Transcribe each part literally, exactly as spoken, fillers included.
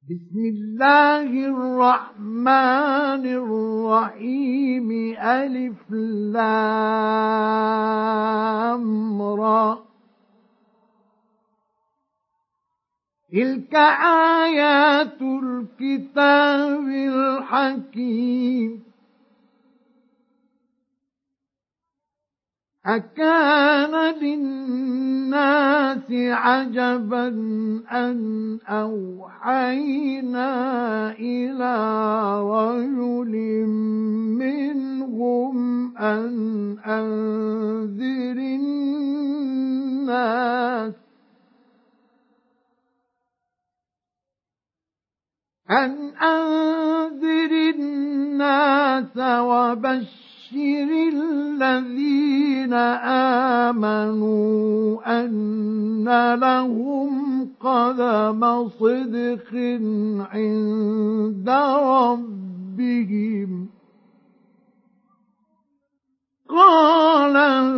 بسم الله الرحمن الرحيم ألف لام را تلك آيات الكتاب الحكيم أكان للناس عجبا أن أوحينا إلى رجل منهم أن أنذر الناس أن أنذر الناس وبشر الذين آمنوا أن لهم قدم صدق عند ربهم قال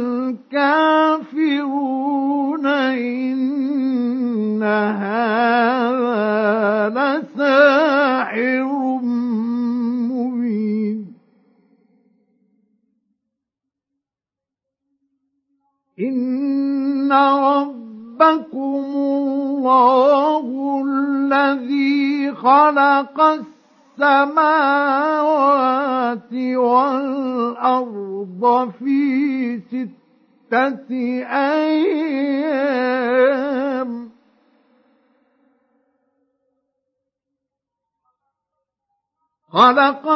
الكافرون إن هذا لساحر مبين إن ربكم الله الذي خلق السماوات والأرض في ستة أيام خلق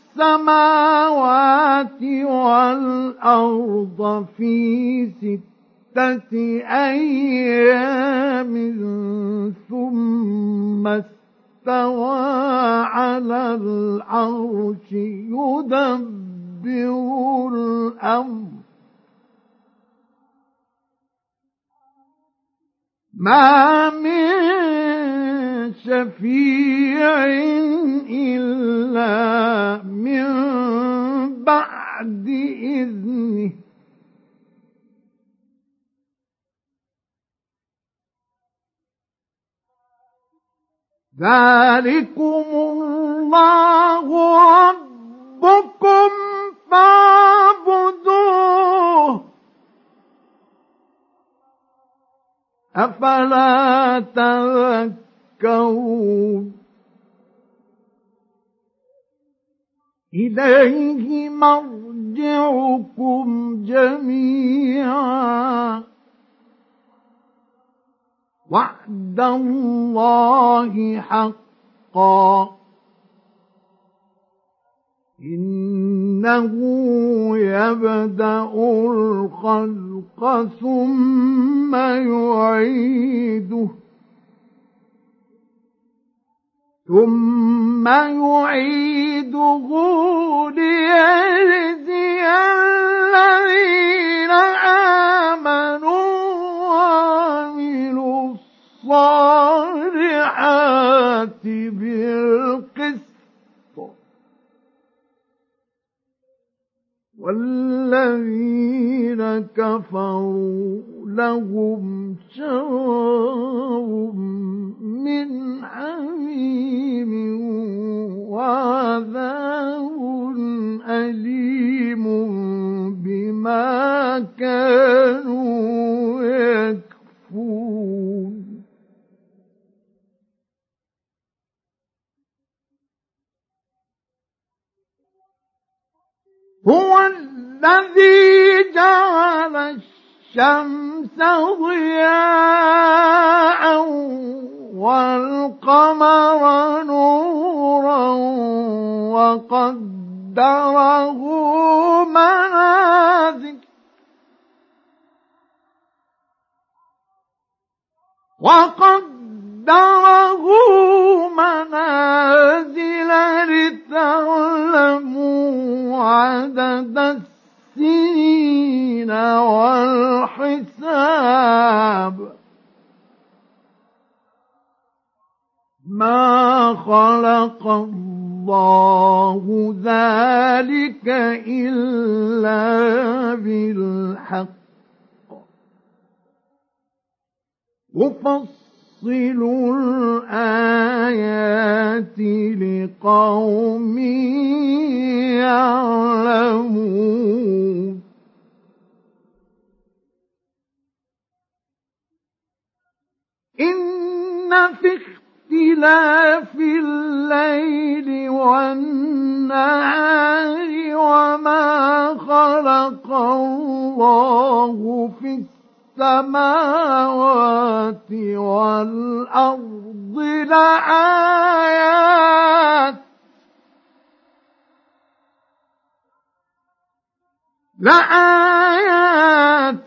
السماوات والأرض في ستة أيام ثم استوى على العرش يدبر الأمر ما من شفيع إلا من بعد إذنه ذلكم الله ربكم فاعبدوه أفلا تذكرون إليه مرجعكم جميعا وعد الله حقا إنه يبدأ الخلق ثم يعيده ثم يعيده ليجزي الذين آمنوا وعملوا الصالحات بالقسط والذين كفروا لهم شراب من حميم وعذاب أليم بما كانوا يكفرون هو الذي جعل الشمس ضياء والقمر نورا وقدره منازل وقدره منازل لتعلموا عدد السنين والحساب ما خلق الله ذلك إلا بالحق يفصل الآيات في اختلاف الليل والنهار وما خلق الله في السماوات والأرض لآيات لآيات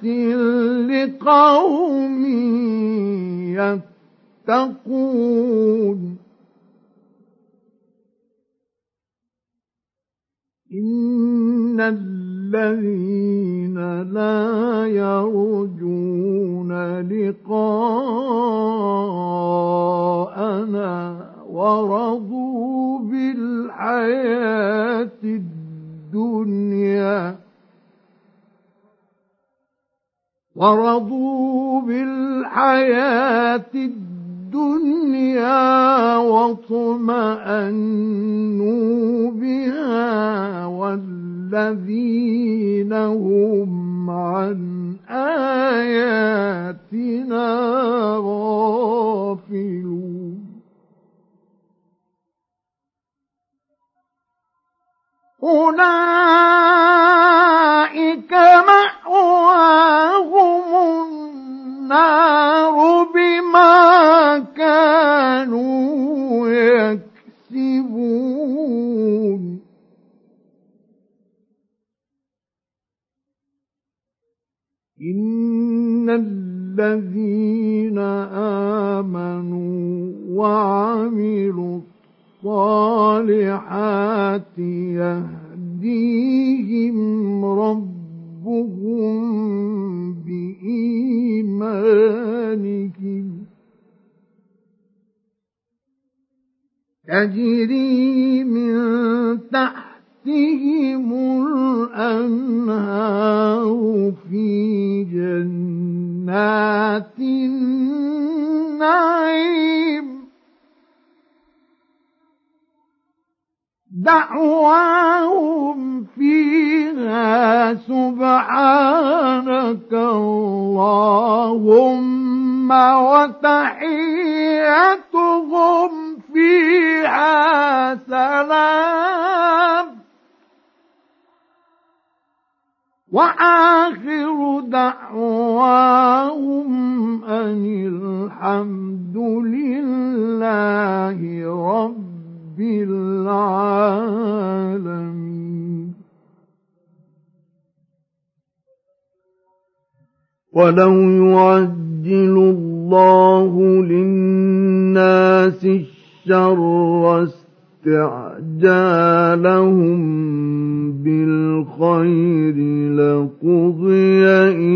لقوم يتقون إن الذين لا يرجون لقاءنا ورضوا بالحياة الدنيا ورضوا بالحياة الدنيا واطمأنوا بها والذين هم عن آياتنا غافلون أولئك مأواهم النار بما كانوا يكسبون إن الذين آمنوا وعملوا الصالحات يهديهم ربهم بإيمانهم تجري من تحتهم الأنهار في جنات النعيم دعواهم فيها سبحانك اللهم وتحيتهم فيها سلام وآخر دعواهم أن الحمد لله رب بالعالمين ولو يعجل الله للناس الشر استعجالهم بالخير لقضي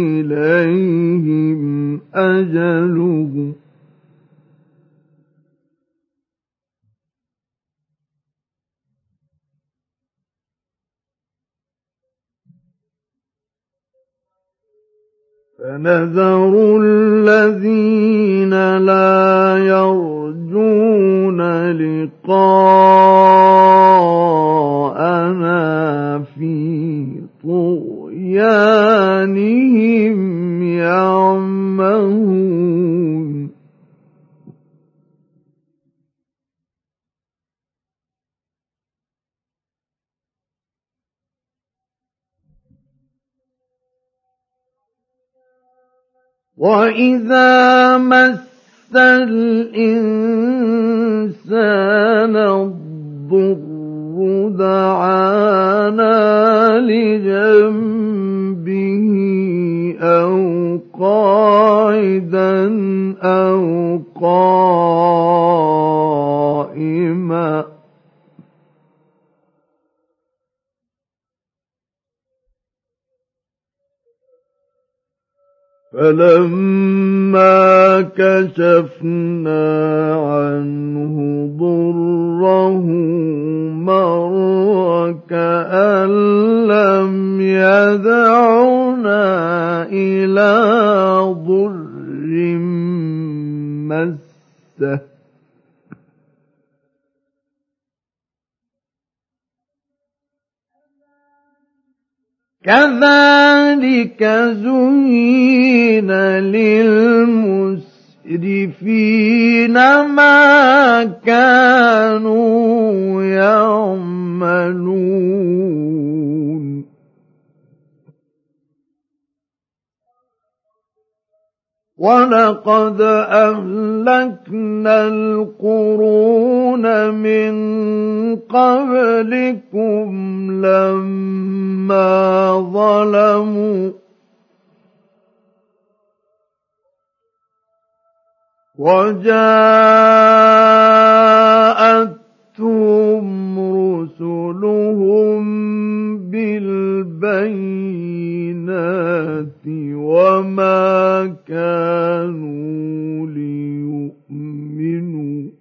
إليهم أجلهم فنذر الذين لا يرجون لقاءنا في طغيانهم يعمهون وَإِذَا مَسَّ الْإِنسَانَ الضُّرُّ دَعَانَا لِجَنبِهِ أَوْ قَاعِدًا أَوْ قَائِمًا فَلَمَّا كَشَفْنَا عَنْهُ ضُرَّهُ مَرَّ كَأَن لَّمْ يَدْعُنَا إِلَىٰ ضُرٍّ مَّسَّهُ كَذَلِكَ زُيِّنَ لِلْمُسْرِفِينَ ما كانوا يعملون ولقد أهلكنا القرون من قبلكم لما ظلموا وجاءتهم رسلهم بالبينات وما كانوا ليؤمنوا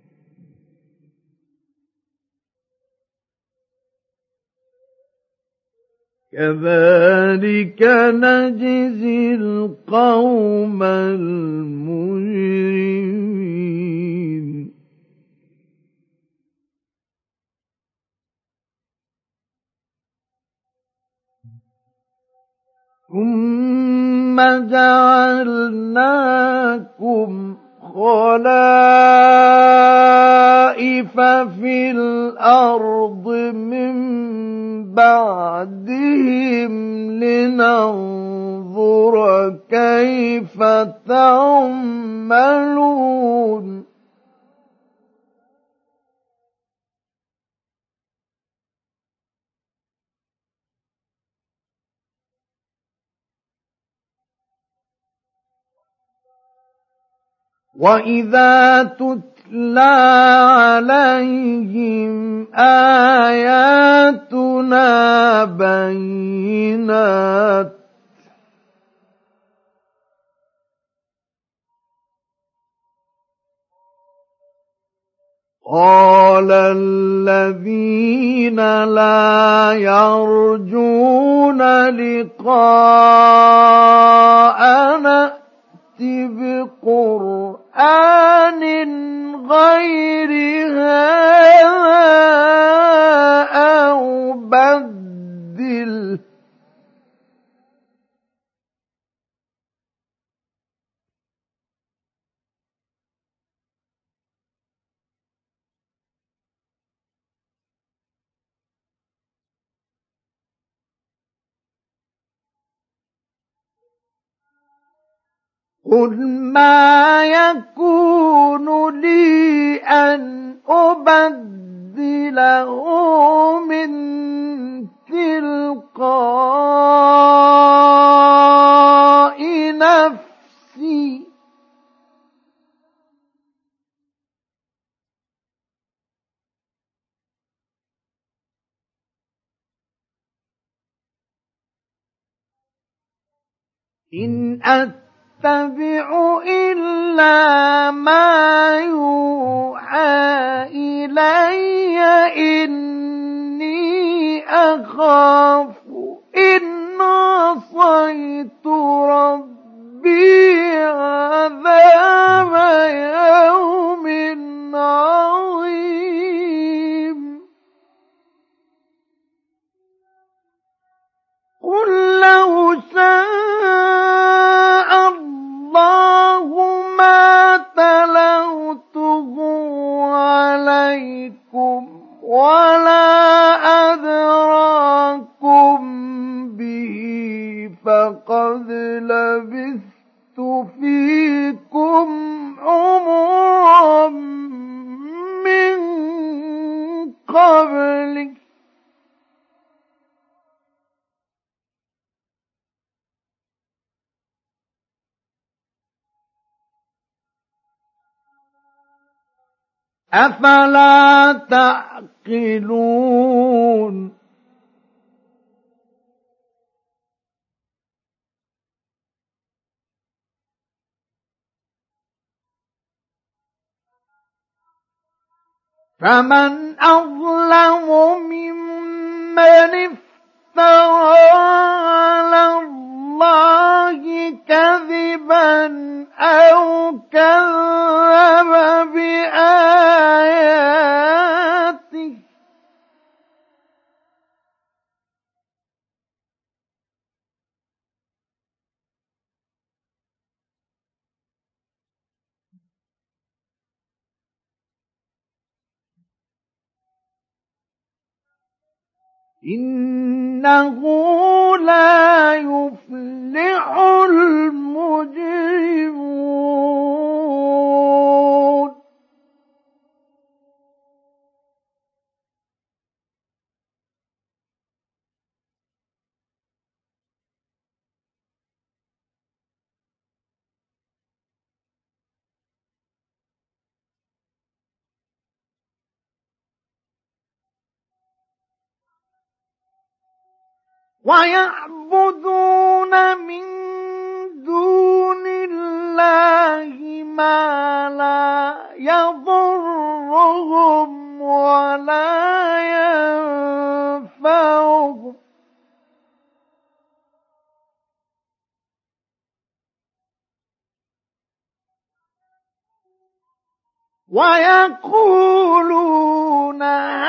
كذلك نجزي القوم المجرمين ثم جعلناكم خلائف في الأرض من بعدهم لننظر كيف تعملون وَإِذَا تُتْلَىٰ عَلَيْهِمْ آيَاتُنَا بَيِّنَاتٍ قَالَ الَّذِينَ لَا يَرْجُونَ لِقَاءَنَا ائْتِ بِقُرْآنٍ غَيْرِ هَٰذَا أَوْ بَدِّلْهُ ۚ قُلْ مَا يَكُونُ لِي أَنْ أُبَدِّلَهُ مِنْ تِلْقَاءِ نَفْسِي ۖ إِنْ أَتَّبِعُ إِلَّا مَا يُوحَىٰ إِلَيَّ إِنِّي أَخَافُ إِنْ عَصَيْتُ رَبِّي عَذَابَ يَوْمٍ عَظِيمٍ قُل لَّوْ شَاءَ اللَّهُ مَا تَلَوْتُهُ عَلَيْكُمْ وَلَا أَدْرَاكُم بِهِ فَقَدْ لَبِثْتُ فِيكُمْ عُمُرًا مِّن قَبْلِهِ ۚ أَفَلَا تَعْقِلُونَ فَمَنْ أَظْلَمُ مِمَّنِ افْتَرَىٰ عَلَى اللَّهِ كَذِبًا أَوْ كَذَّبَ بِآيَاتِهِ ۚ إنه لا يفلح المجرمون ويعبدون من دون الله ما لا يضرهم ولا ينفعهم ويقولون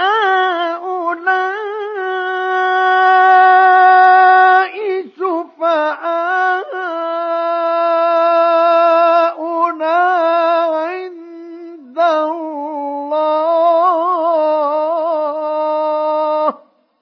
هؤلاء شفعاؤنا عند الله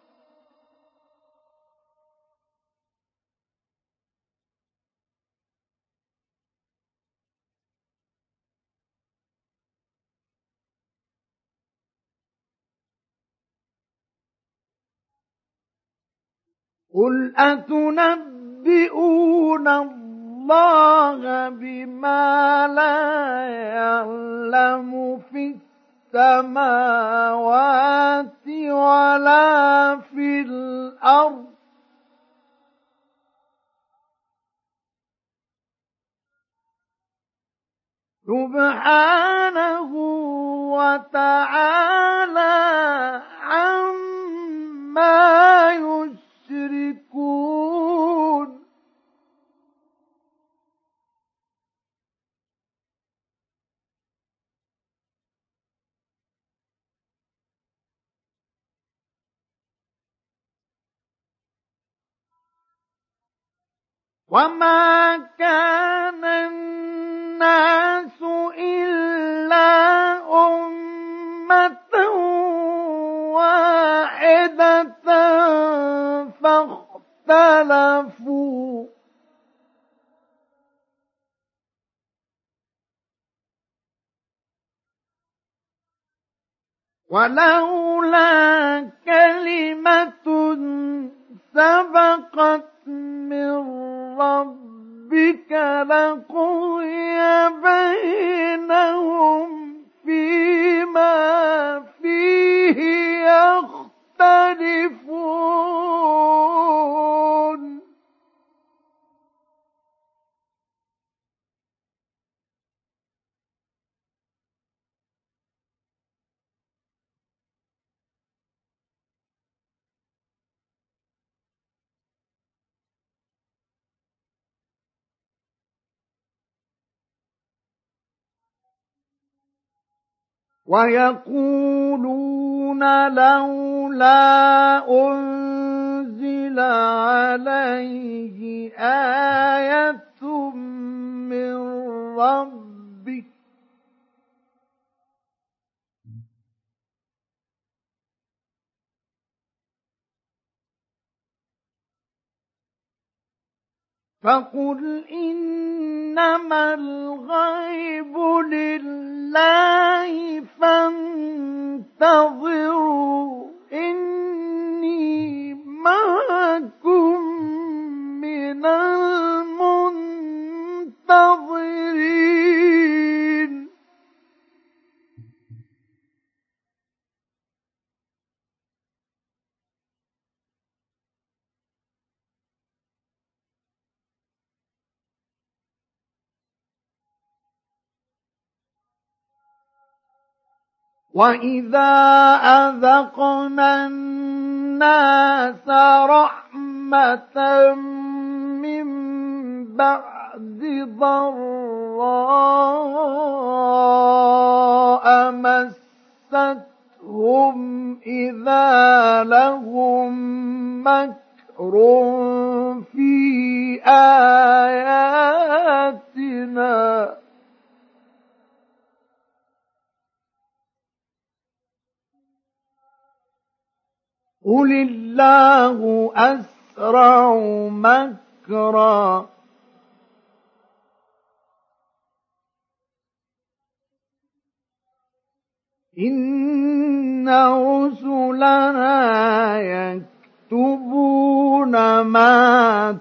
قل أتنبئون الله بما لا يعلم في السماوات ولا في الأرض سبحانه وتعالى عما يشركون وما كان الناس إلا أمة واحدة فاختلفوا ولولا كلمة سبقت من ربك لقضي بينهم فيما فيه يختلفون ويقولون لولا أنزل عليه آية من ربه فقل إنما الغيب لله فانتظروا إني معكم من المنتظرين وَإِذَا أَذَقْنَا النَّاسَ رَحْمَةً مِّن بَعْدِ ضَرَّاءَ مَسَّتْهُمْ إِذَا لَهُم مَّكْرٌ فِي آيَاتِنَا قُلِ الله أسرع مكرا إن رسلنا يكتبون ما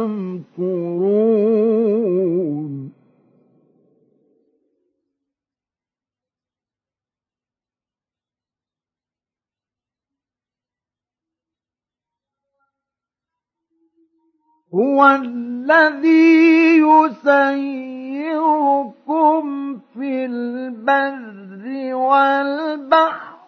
تمكرون هو الذي يسيركم في البر والبحر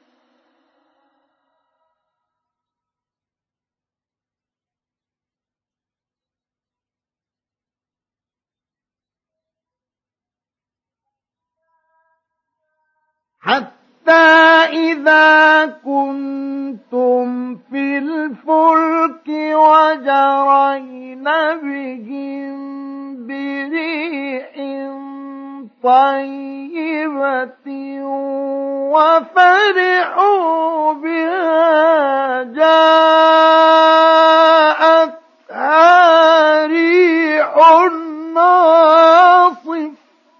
حتى إذا كنتم في الفلك وجرين بهم بريح طيبة وفرحوا بها جاءتها ريح عاصف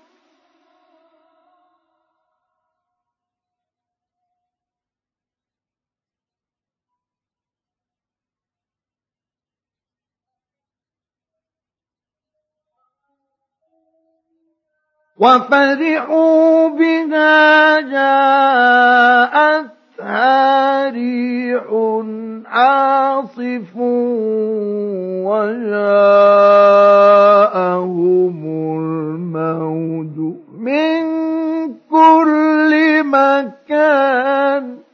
وفرحوا بها جاءتها ريح عاصف وجاءهم الموج من كل مكان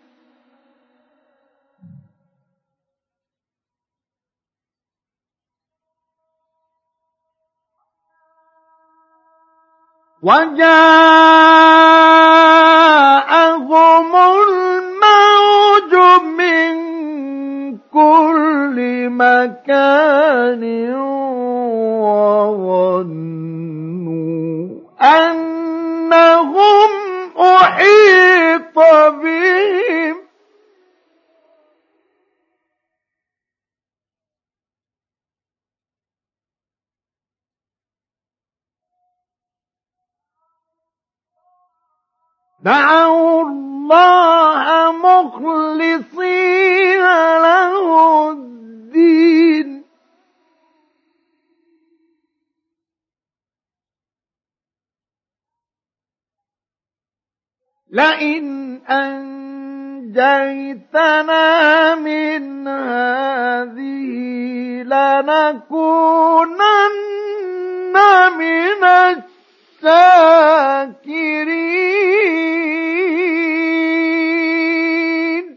وجاءهم الموج من كل مكان وظنوا أنهم أحيط بهم دعوا الله مخلصين له الدين لئن أنجيتنا من هذه لنكونن من الشاكرين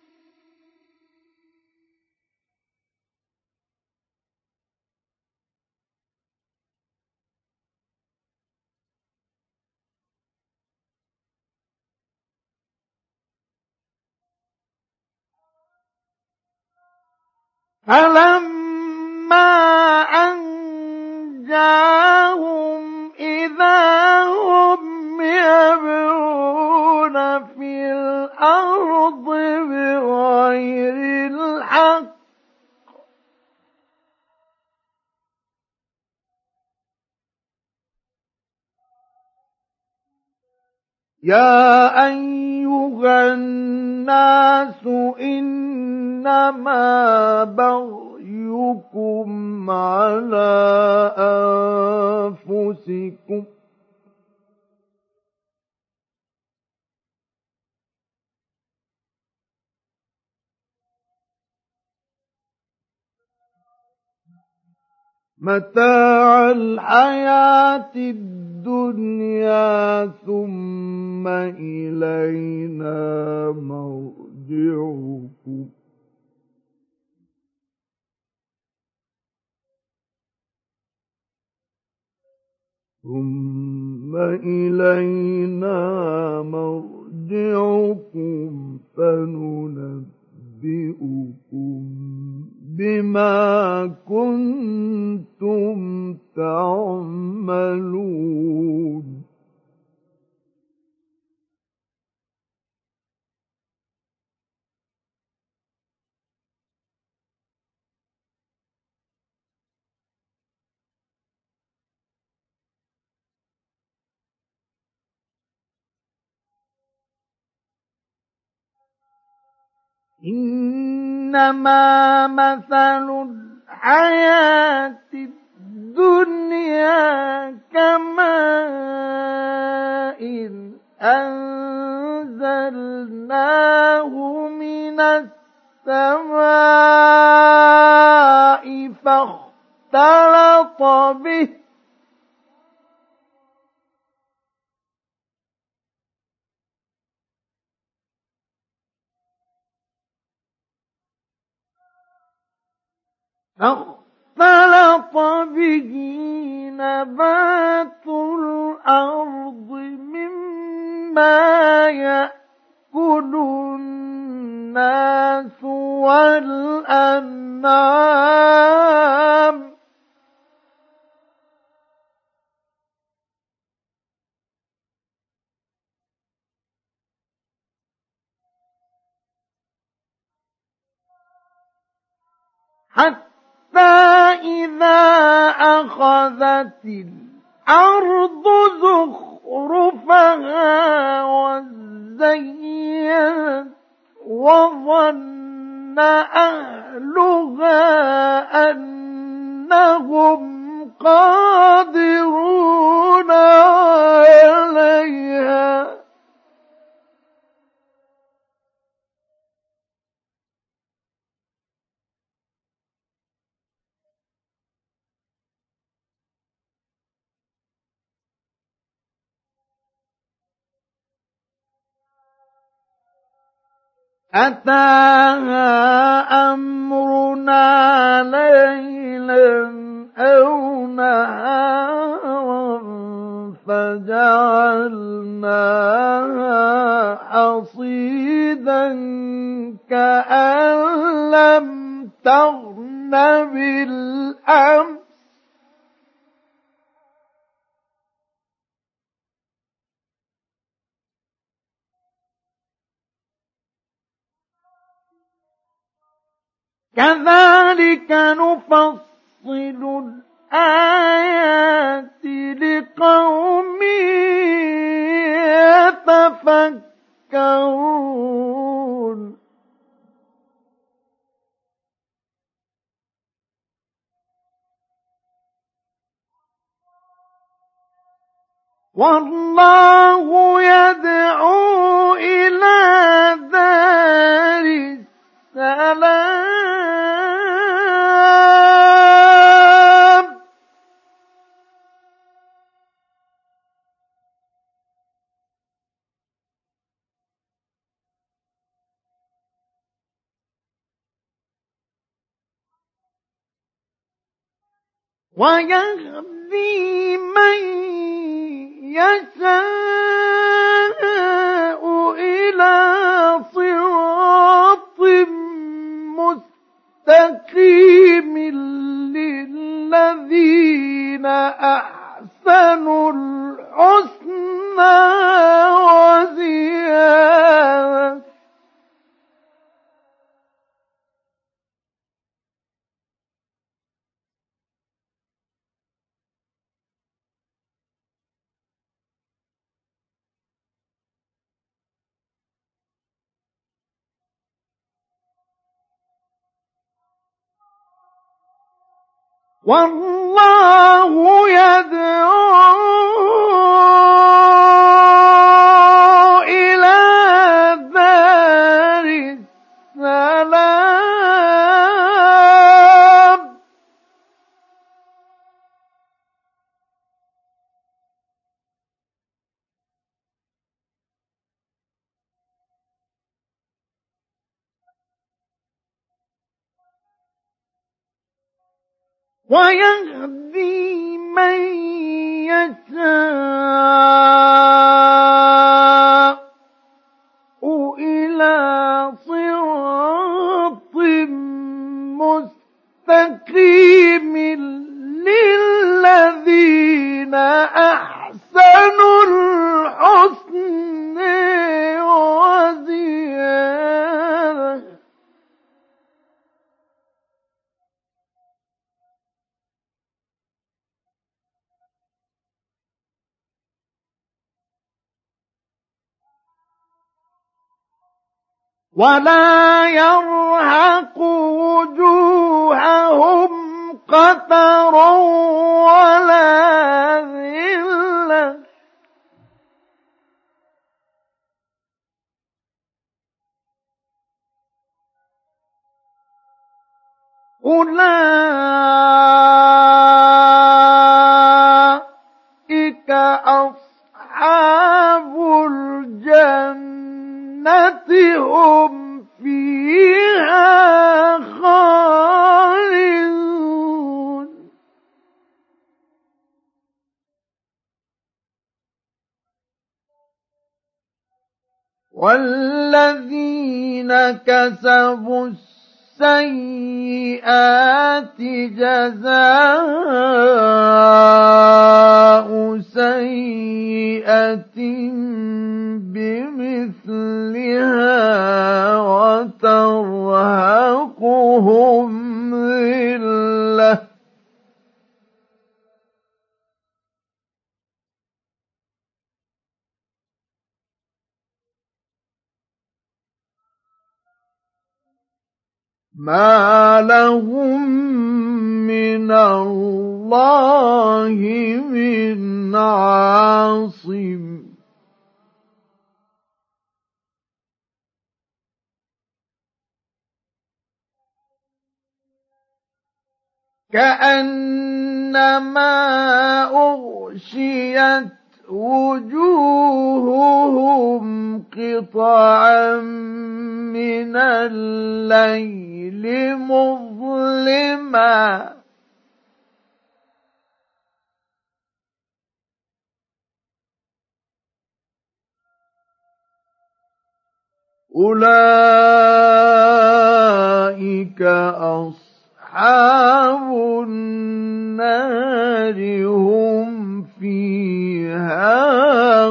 فلما أنجاهم إذا هم يبغون في الأرض بغير الحق يا أيها الناس إنما بغيكم على أنفسكم متاع الحياة الدنيا ثم إلينا مرجعكم ثم إلينا مرجعكم فننبئكم بما كنتم تعملون إنما مثل الحياة الدنيا كماء أنزلناه من السماء فاختلط به فاختلط به نبات الأرض مما يأكل الناس والأنعام حتى إذا أخذت الأرض زخرفها وزينت وظن أهلها أنهم قادرون عليها أتاها أمرنا ليلا أو نهارا فجعلناها حصيدا كأن لم تغن بالأمس كذلك نفصل الآيات لقوم يتفكرون والله يدعو إلى دار السلام ويهدي من يشاء إلى صراط مستقيم للذين أحسنوا الحسنى وزيادة والله يدعو إلى دار السلام ويهدي من يشاء إلى صراط مستقيم للذين أحسنوا الحسن وزيادة ولا يرهق وجوههم قتر ولا ذلة أولئك أصحاب الجنة هم فيها خالدون والذين كسبوا السيئات جزاء سيئة بمثلها وترهقهم ذلة ما لهم من الله من عاصم كأنما أغشيت وجوههم قطعا من الليل مظلما أولئك أصحاب النار هم فيها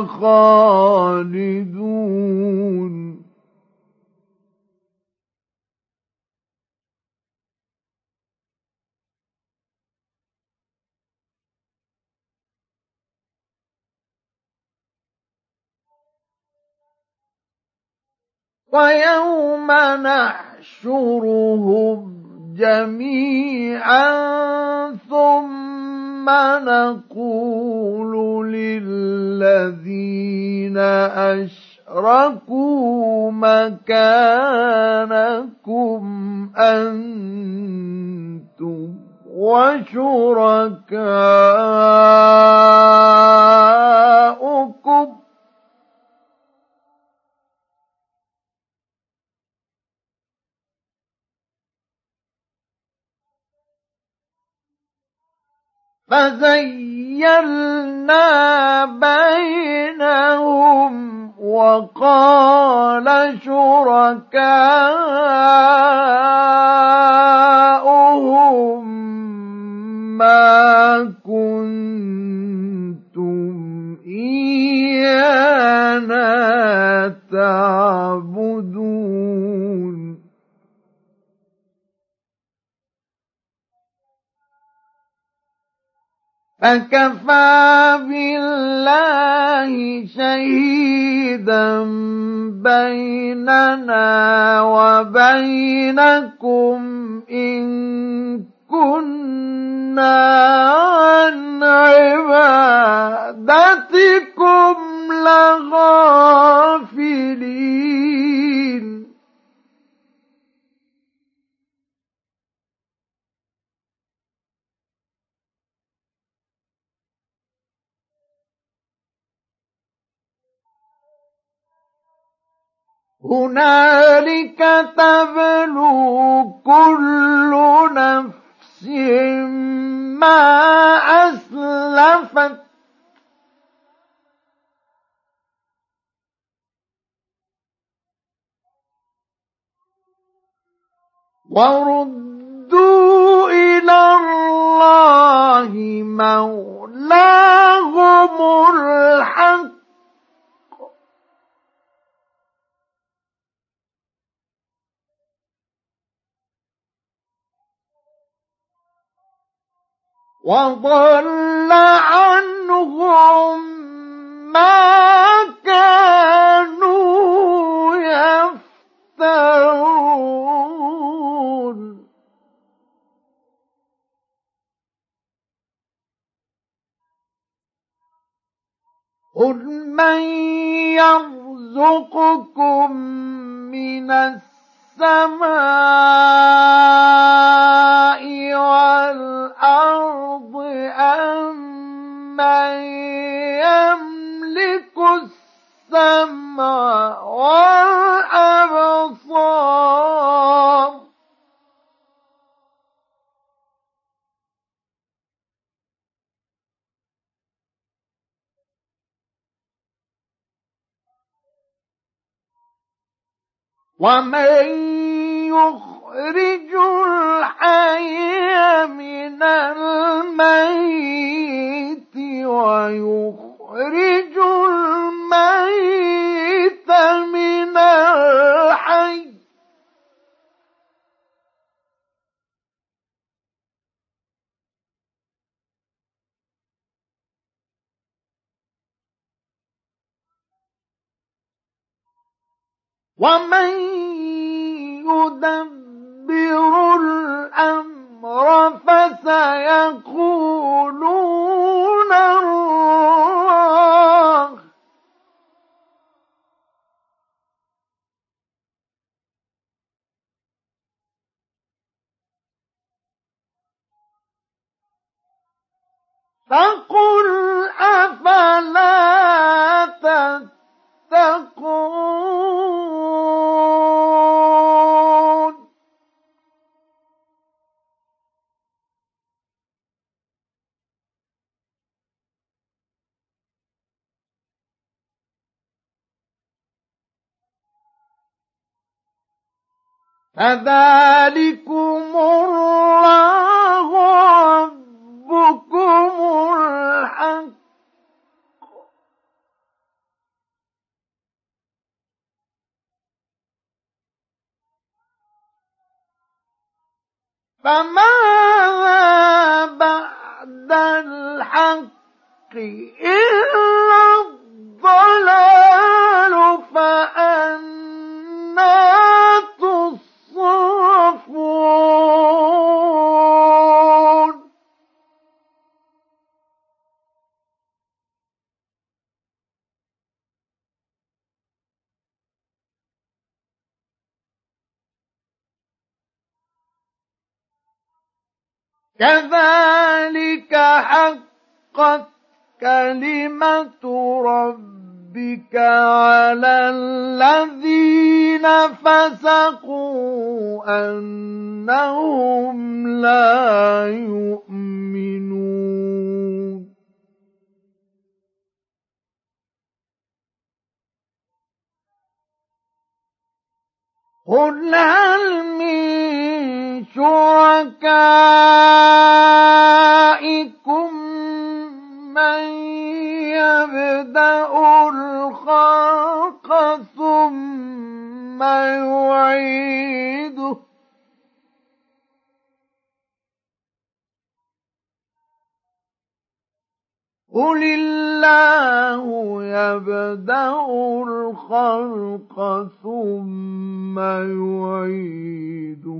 خالدون ويوم نحشرهم جميعا ثم نقول للذين أشركوا مكانكم أنتم وشركاؤكم فزيّلنا بينهم وقال شركاؤهم ما كنتم إيانا تعبدون فكفى بالله شهيدا بيننا وبينكم إن كنا عن عبادتكم لغافلين هنالك تبلو كل نفس ما أسلفت وردوا إلى الله مولاهم الحق وضل عنهم ما كانوا يفترون يرزقكم من السماء والأرض أمن يملك السمع والأبصار ومن يخرج الحي من الميت ويخرج الميت من الحي ومن يدبر الأمر فسيقولون الله فقل أفلا تتقون فذلكم الله ربكم الحق فماذا بعد الحق إلا الضلال فأنى تصرفون كذلك حقت كلمة ربك على الذين فسقوا أنهم لا يؤمنون قل هل من شركائكم من يبدأ الخلق ثم يعيده قل الله يبدأ الخلق ثم يعيده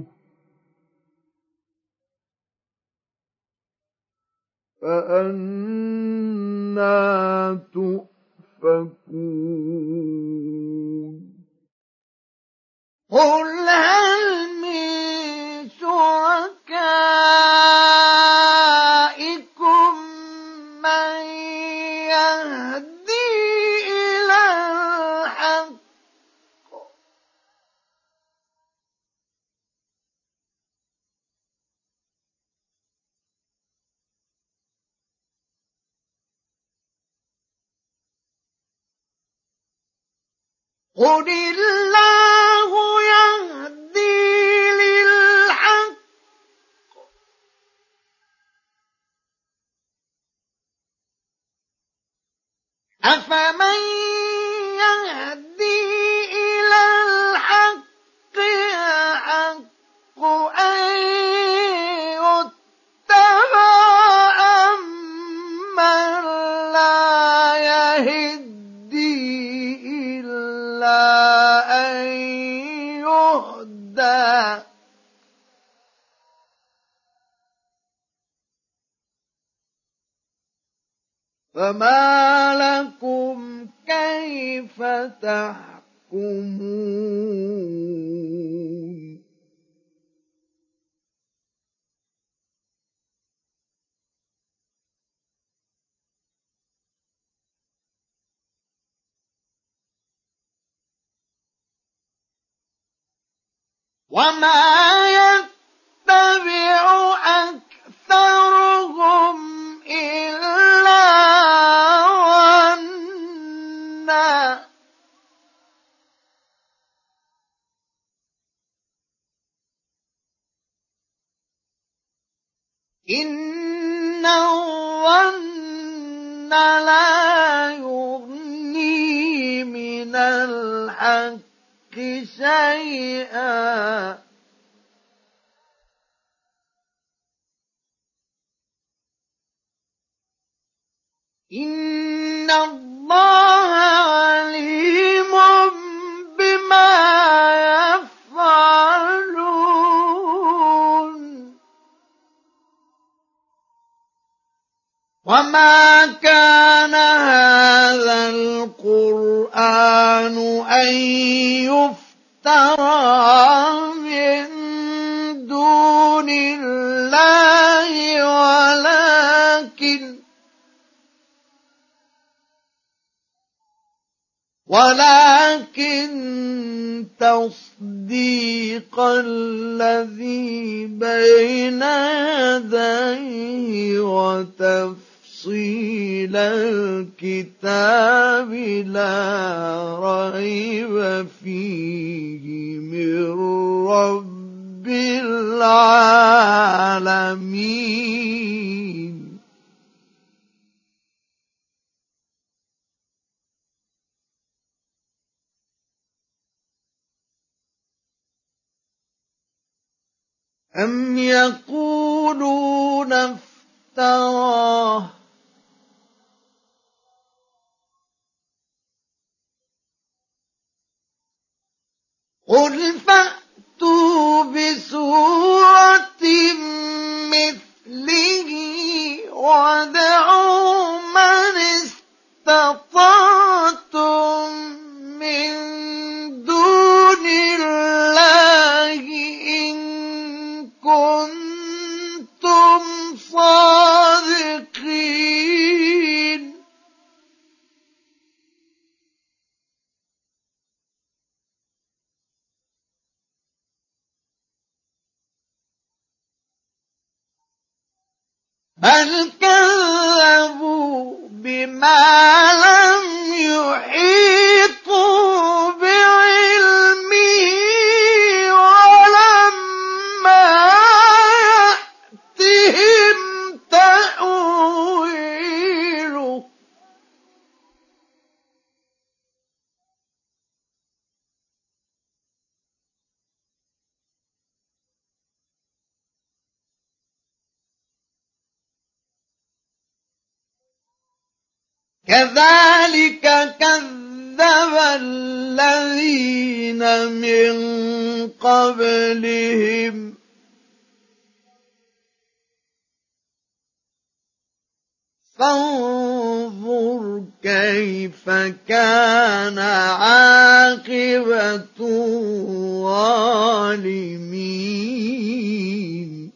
فأنى تؤفكون قل هل من شركائكم من يهدي إلى الحق قل الله يهدي للحق أفمن يهدي إلى الحق أحق أن يتبع أمن لا يهدي إلا أن يهدى فما لكم كيف تحكمون وما يتبع أكثرهم إلا ظنا إن الظن لا يغني من الحق شيئا إن الله عليم بما يفعلون وما كان هذا القرآن أن يفترى من دون الله ولكن ولكن تصديق الذي بين يديه وتفصيل الكتاب لا ريب فيه من رب العالمين أم يقولون افتراه قل فأتوا بسورة مثله وادعوا من استطعتم من دون الله إن كنتم صادقين بل كذبوا بما لم يحيطوا بعلمه ولما يأتهم تأويله كذلك كذب الذين من قبلهم فانظر كيف كان عاقبة الظالمين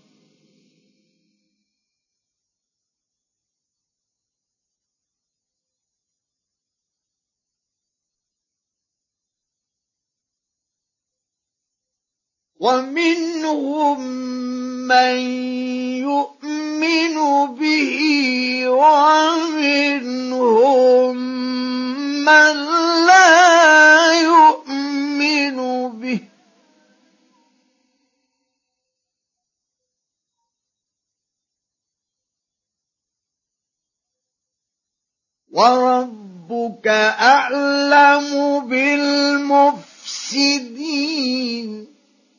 ومنهم من يؤمن به ومنهم من لا يؤمن به وربك أعلم بالمفسدين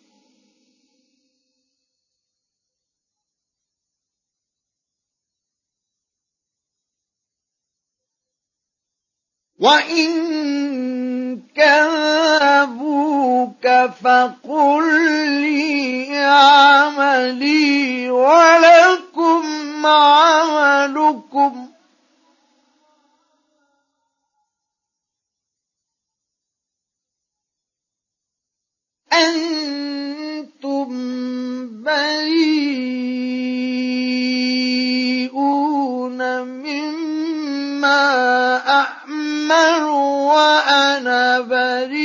وإن كذبوك فقل لي عملي ولكم عملكم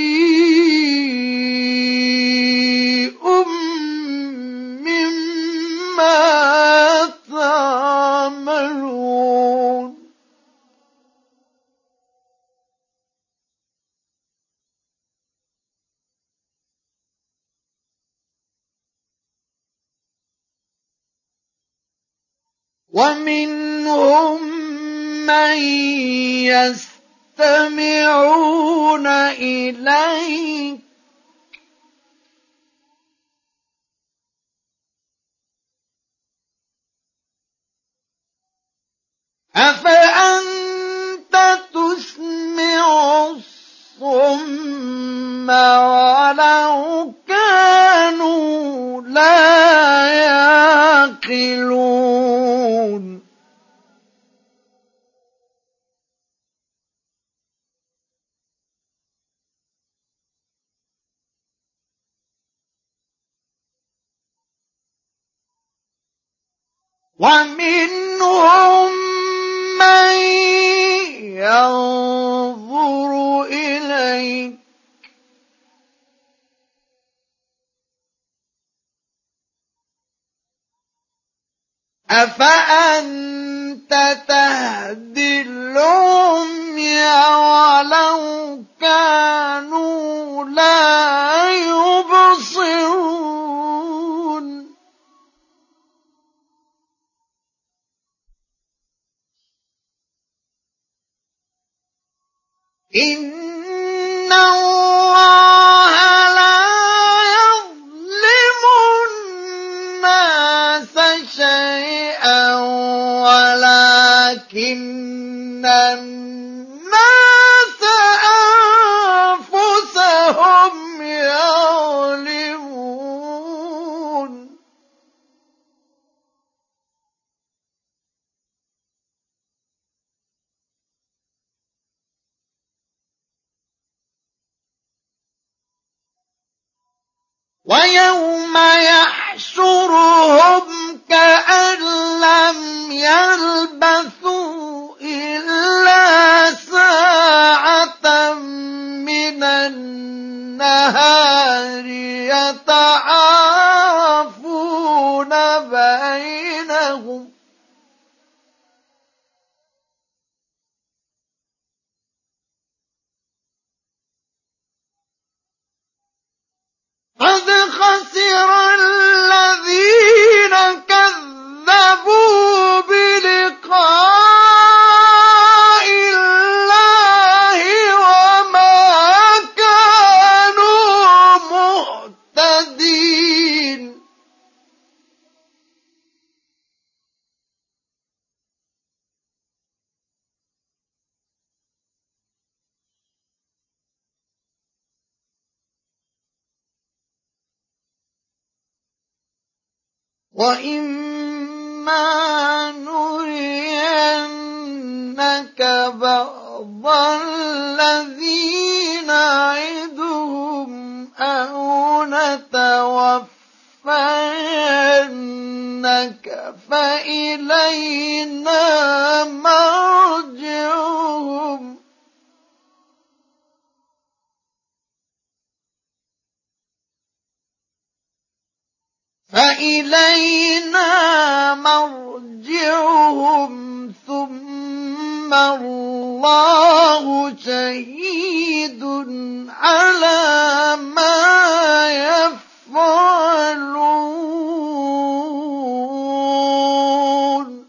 مما تعملون ومنهم من يستمعون إليك أفأنت تسمع الصم ولو كانوا لا يعقلون ومنهم من ينظر إليك أفأنت تهدي العمي ولو كانوا لا يبصرون إن الله لا يظلم الناس شيئا ولكن الناس أنفسهم يظلمون ويوم يحشرهم كأن لم يلبثوا إلا ساعة من النهار يتعارفون بينهم قد خسر الذين كذبوا بلقاء الله وما كانوا مهتدين وَإِمَّا نُرِيَنَّكَ بَعْضَ الَّذِي نَعِدُهُمْ أَوْ نَتَوَفَّيَنَّكَ فَإِلَيْنَا مَرْجِعُهُمْ فإلينا مرجعهم ثم الله شهيد على ما يفعلون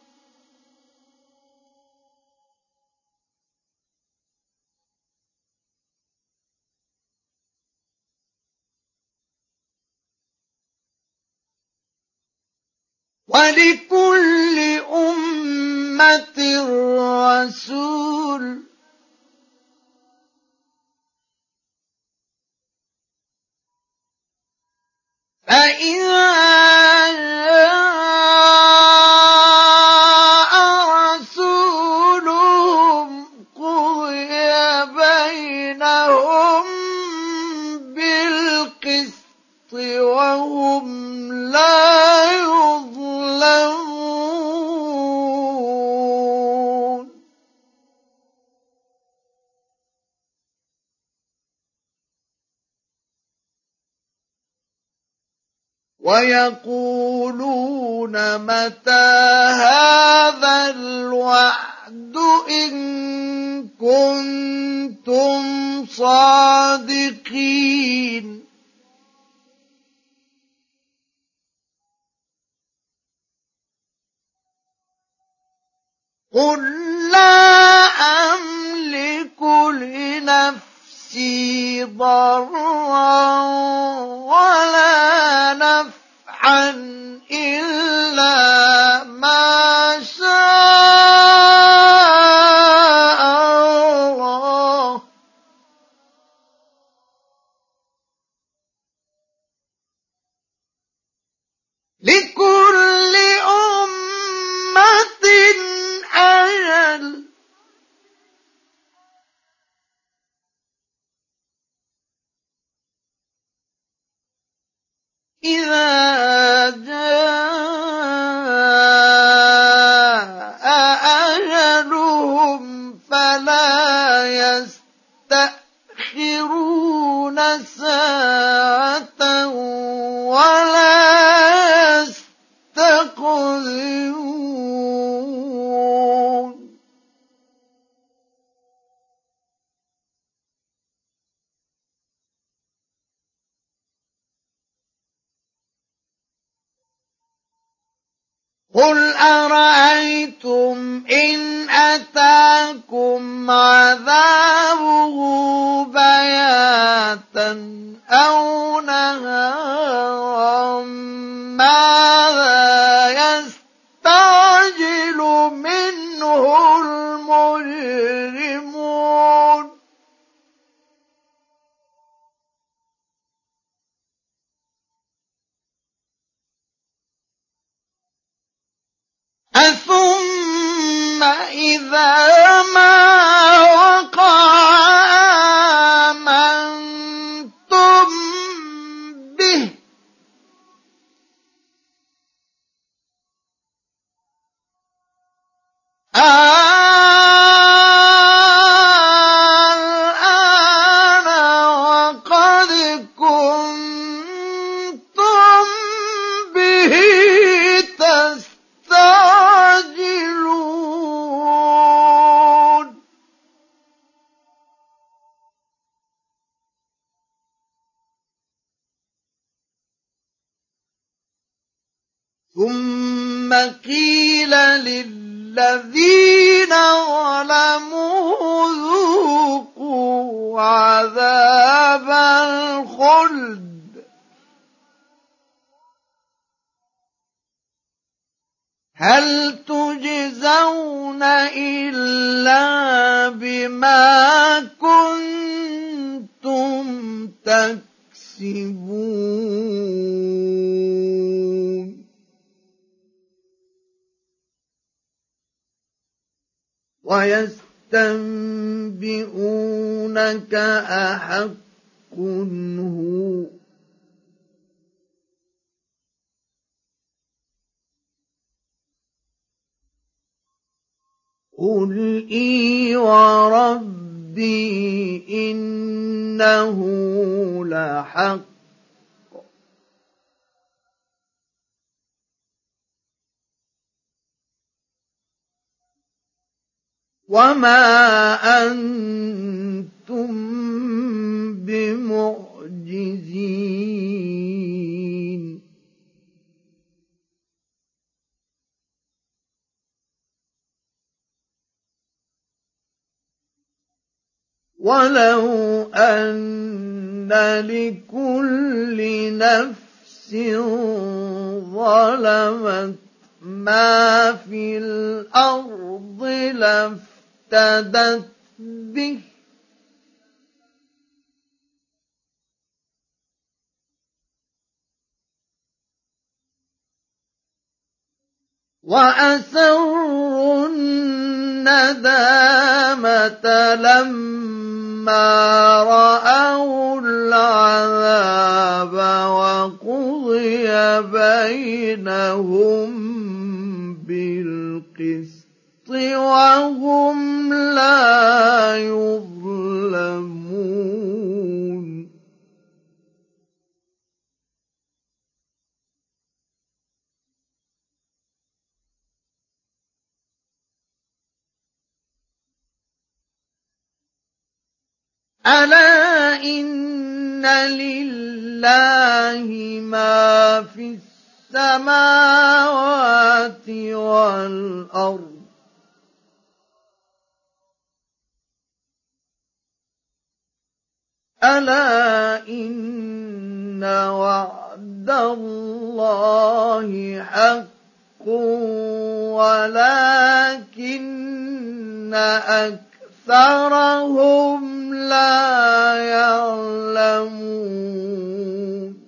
وَلِكُلِّ أُمَّةٍ رَّسُولٌ ۖ فَإِذَا جَاءَ رَسُولُهُمْ قُضِيَ بَيْنَهُم بِالْقِسْطِ وَهُمْ لَا يُظْلَمُونَ. ويقولون متى هذا الوعد إن كنتم صادقين قل لا أملك لنفسي ضرا ولا نفعا إلا ما شاء الله لكل أمة أجل إذا جاء أجلهم فلا يستأخرون ساعة ولا يستقدمون قل أرأيتم إن أتاكم عذابه بياتا أو نهارا ماذا يستعجل منه المجرمون أثم إذا ما وقع آمنتم به الآن وقد كنتم به تستعجلون ثم قيل للذين ظلموا ذوقوا عذاب الخلد هل تجزون إلا بما كنتم تكسبون ويستنبئونك أحق هو قل إي وربي إنه لحق وما أنتم بمعجزين ولو أن لكل نفس ظلمت ما في الأرض لافتدت به وأسروا الندامة لما رأوا العذاب وقضي بينهم بالقسط وهم لا يظلمون ألا إن لله ما في السماوات والأرض ألا إن وعد الله حق ولكن أكثرهم لا يعلمون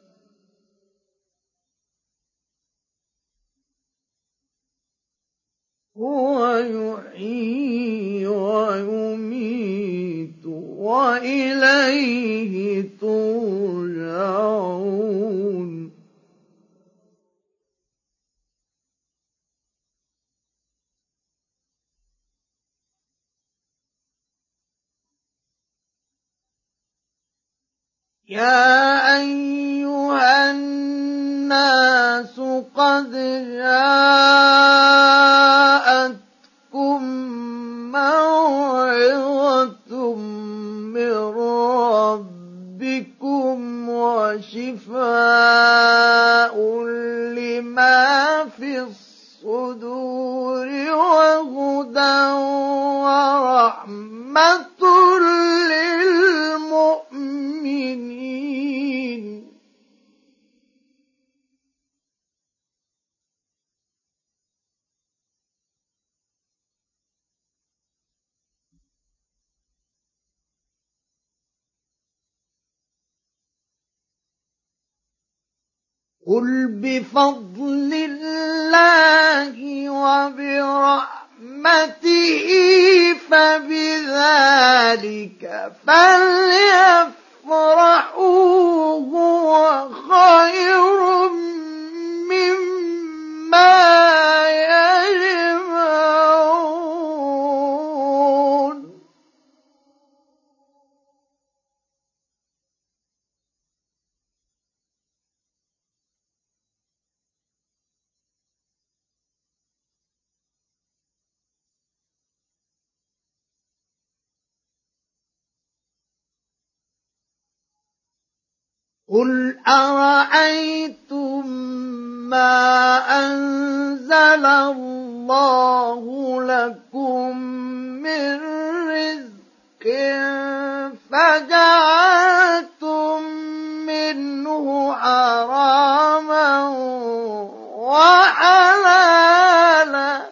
هو يحيي ويميت وإليه ترجعون يا أيها الناس قد جاءتكم موعظة من ربكم وشفاء لما في الصدور وهدى ورحمة للمؤمنين قل بفضل الله وبرحمته فبذلك فليفرحوا هو خير مما يجمعون قل أرأيتم ما أنزل الله لكم من رزق فجعلتم منه حراما وحلالا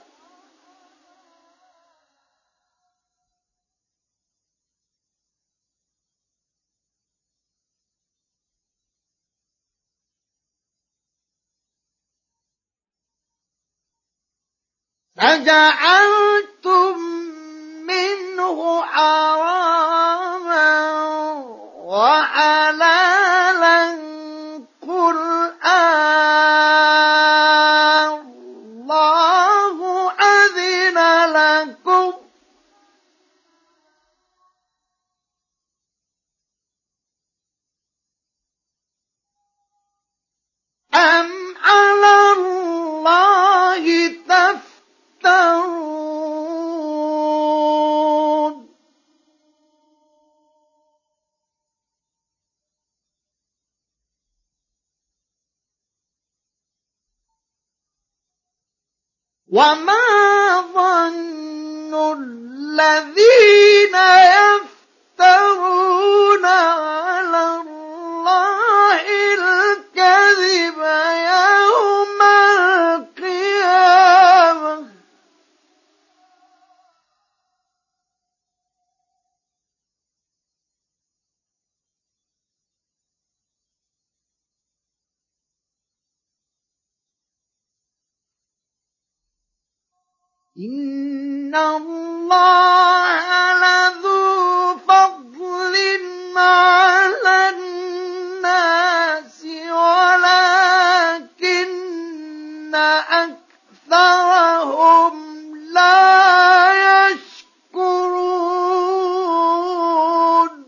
فجعلتم منه حراما وحلالا قل الله أذن لكم أم على الله تفترون وما ظن الذين يفترون على الله الكذب يوم القيامة إن الله لذو فضل على الناس ولكن أكثرهم لا يشكرون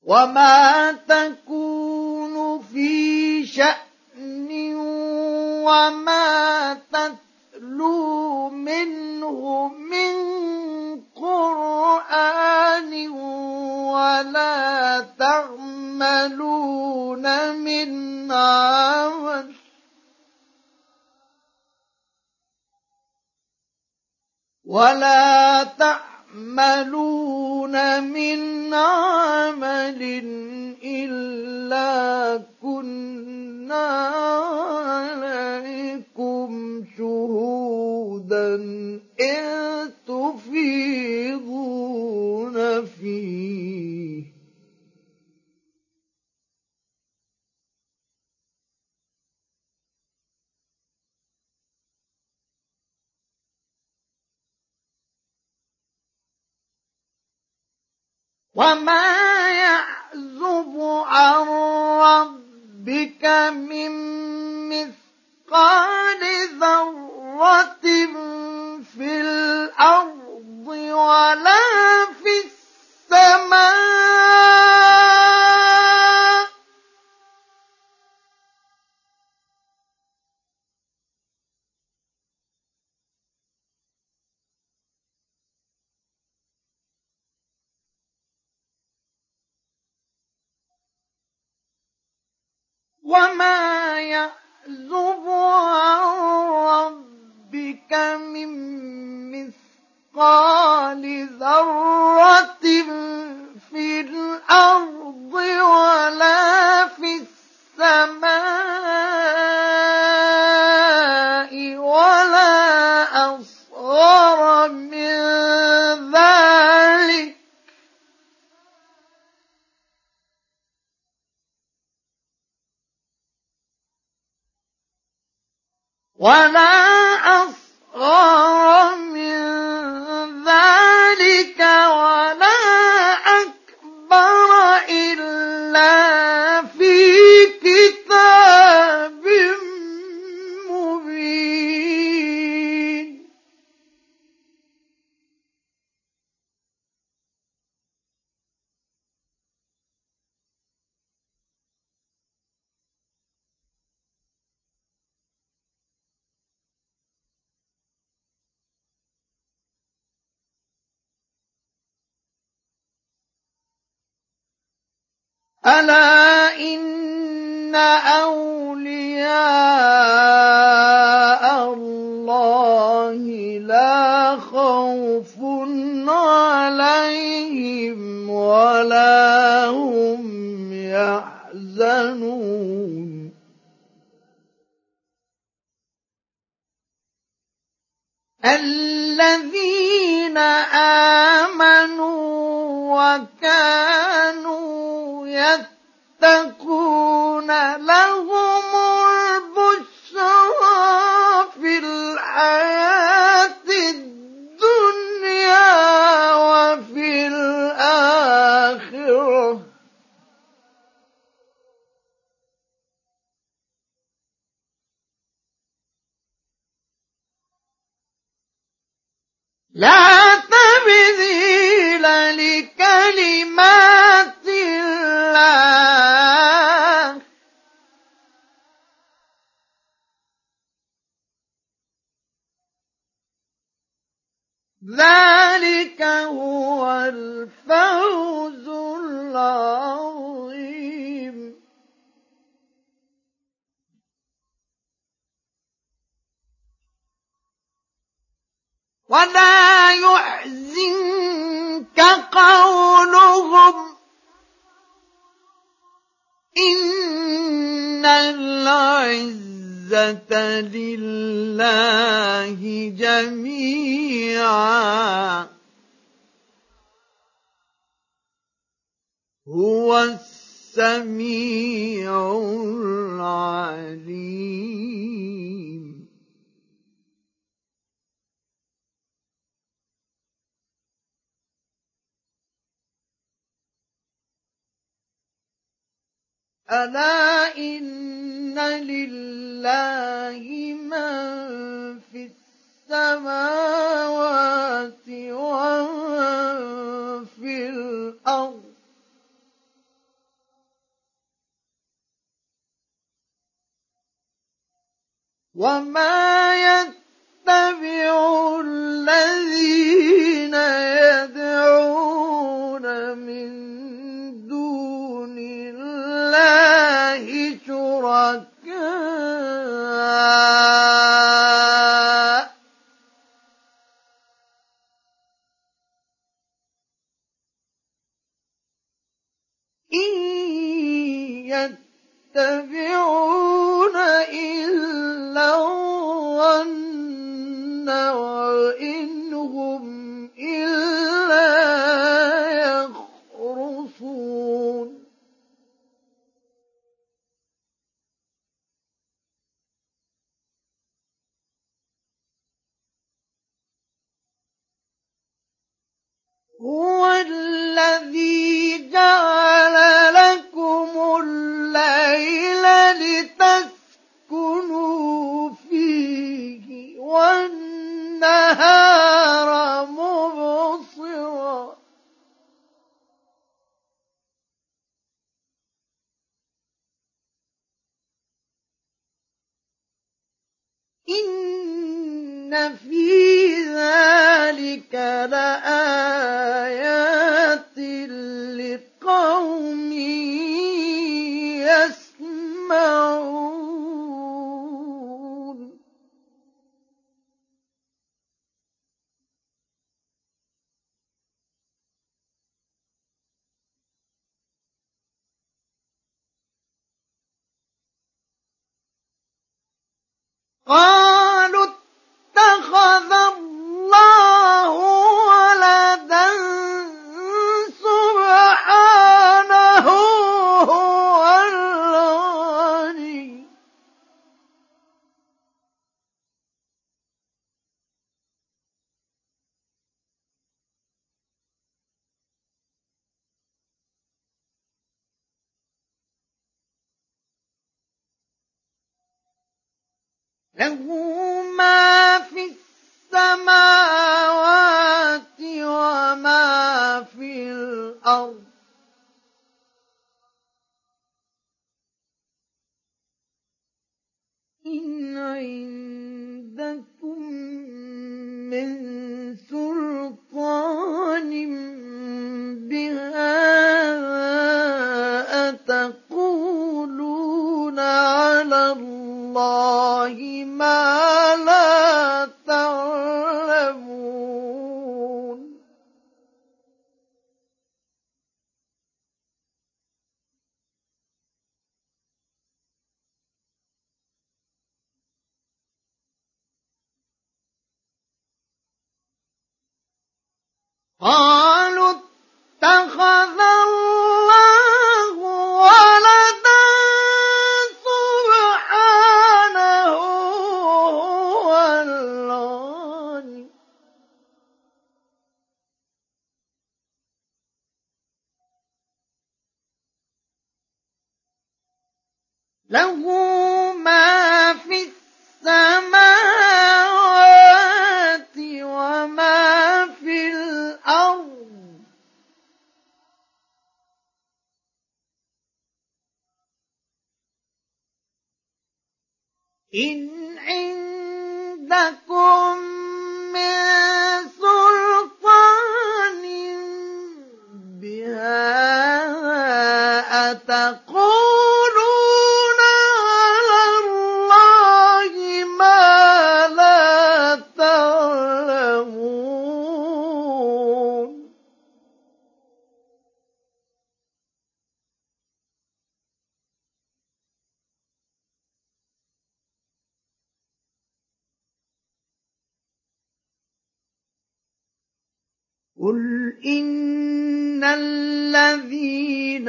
وما تكون في شأن وما تتلو منه من قرآن ولا تعملون من عمل ولا تعملون من عمل إلا كنا عليكم شهودا إذ تفيضون فيه وما يعزب عن ربك من مثقال ذرة في الأرض ولا في السماء وما يعزب عن ربك من مثقال ذرة في الأرض ولا في السماء ولا أصغر من ذلك ولا أصغر من ذلك ولا أكبر إلا في كتاب مبين ألا إن أولياء الله لا خوف عليهم ولا هم يحزنون الذين آمنوا وكانوا يتقون لهم البشرى في الحياة الدنيا وفي الآخرة لا تبديل لكلمات الله ذلك هو الفوز العظيم ولا يحزنك قولهم إن العزة لله جميعا هو السميع العليم ألا إن لله من في السماوات ومن في الأرض وما يتبع الذين يدعون من دون الله شركاء إن يتبعون إلا الظن وإن هم إلا يخرصون هو الذي جعل لكم الليل لتسكنوا فيه والنهار مبصرا إن في ذلك لآيات لقوم يسمعون قالوا اتخذ الله ولدا سبحانه هو الغني له ما في السماوات وما في الأرض إن عندكم من سلطان بهذا أتقولون على الله ما لا تعلمون قالوا اتخذ الله ولدا سبحانه هو الغني له ما في السماوات وما في الأرض إن عندكم من سلطان بهذا أتقولون على الله ما لا تعلمون قل إن الذين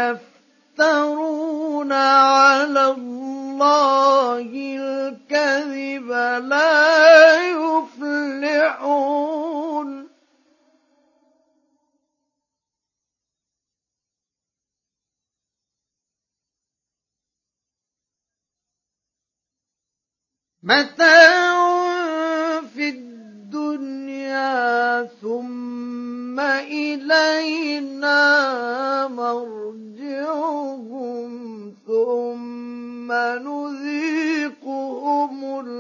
يفترون على الله الكذب لا يفلحون متاع في الدنيا ثم إلينا مرجعهم ثم نذيقهم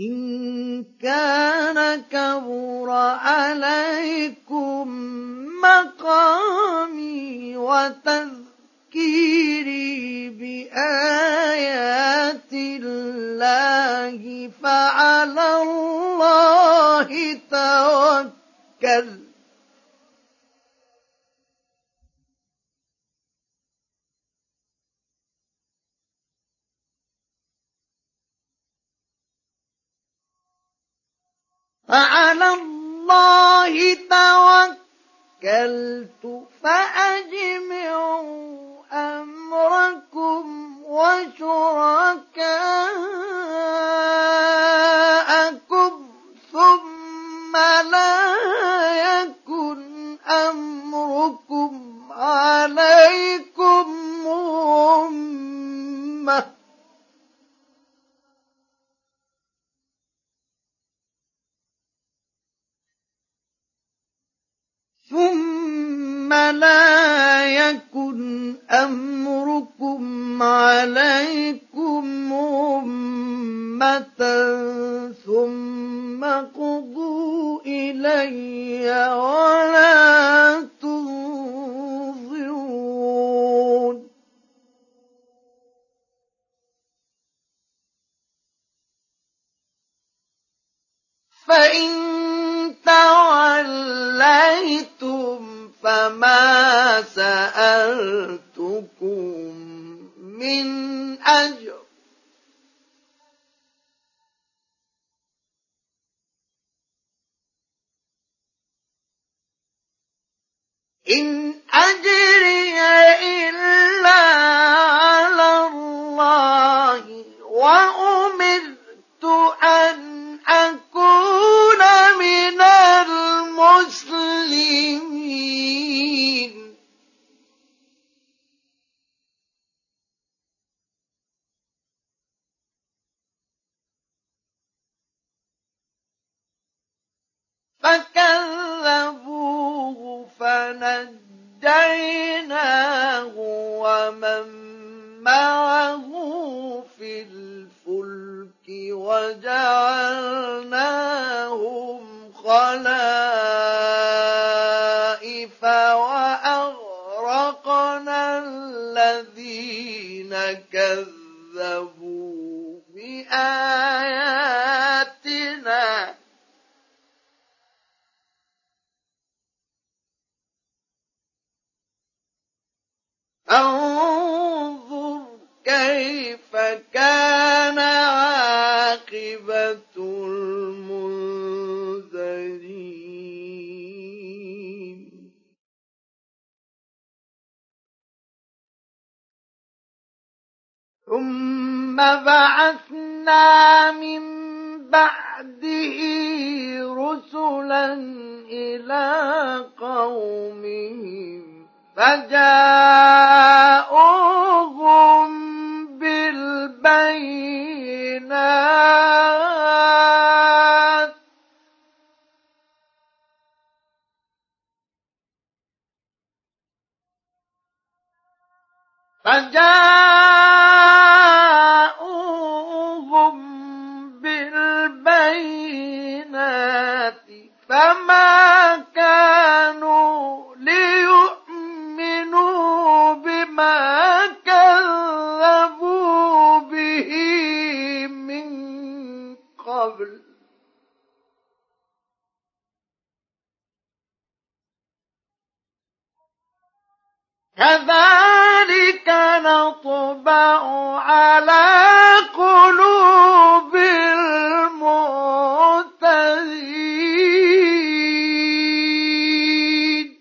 إن كان كبر عليكم مقامي وتذكيري بآيات الله فعلى الله توكل فعلى الله توكلت فأجمعوا أمركم وشركاءكم ثم لا يكن أمركم عليكم غمة ثم لا يكن أمركم عليكم غمة ثم قضوا إلي ولا تنظرون فإن توليتم فما سألتكم من أجر إن أجري إلا على الله وأمرت أن أكون من المسلمين فكذبوه فنجيناه ومن معه في الفلك وجعلناهم خلائف وأغرقنا الذين كذبوا بآياتنا انظر كيف كان عاقبة المنذرين ثم بعثنا من بعده رسلا إلى قومهم فجاءوهم بالبينات فجاءوهم بالبينات فما كانوا ليؤمنوا بما كذبوا به من قبل كذلك نطبع على قلوب المعتدين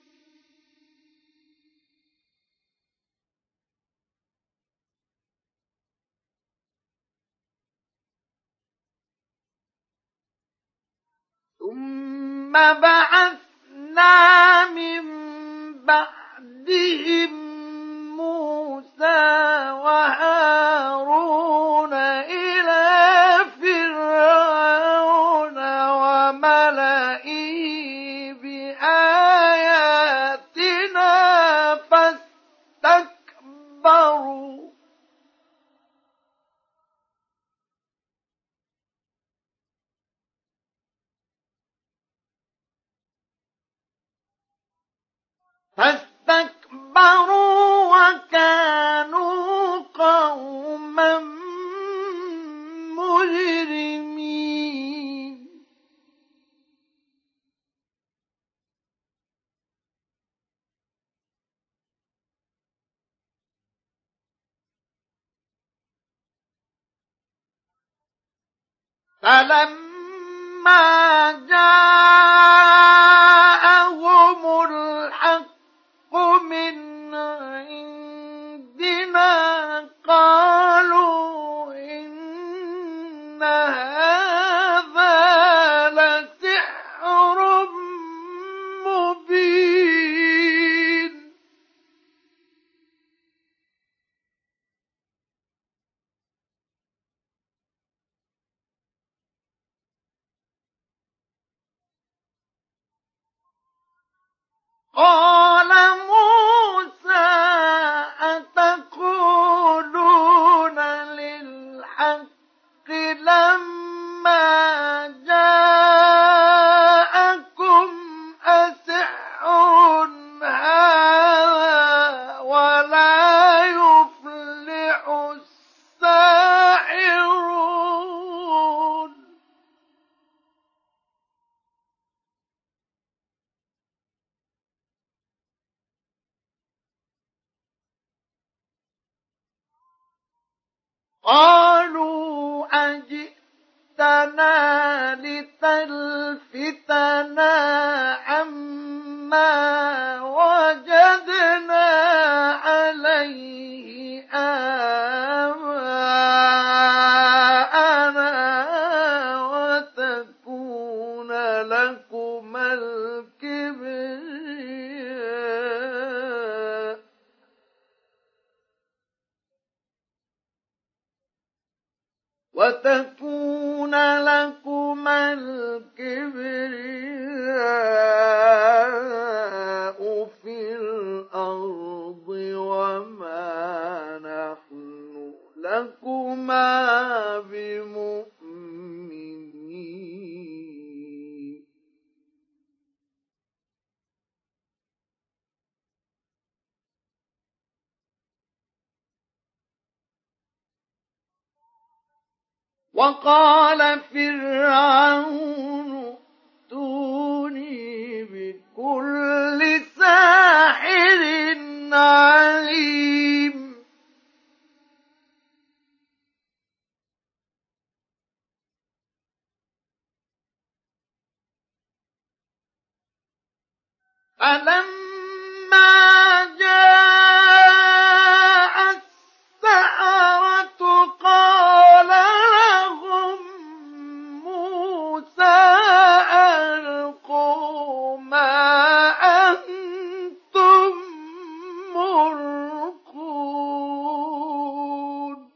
ثم بعثنا من بعدهم موسى وهارون إلى فرعون وملئه بآياتنا فاستكبروا فلما جاءهم الحق من عندنا قالوا إن هذا لسحر مبين. قال موسى أتقولون للحق لما جاءكم أسحر هذا ولا يفلح الساحرون. قالوا أجئتنا لتلفتنا عما وجدنا عليه آباءنا وتكون لكما الكبرياء وتكون لكما الكبرياء في الأرض وما نحن لكما بمؤمنين. وقال فرعون ائتوني بكل ساحر عليم. فلما جاء السحرة قال لهم موسى ألقوا ما أنتم ملقون.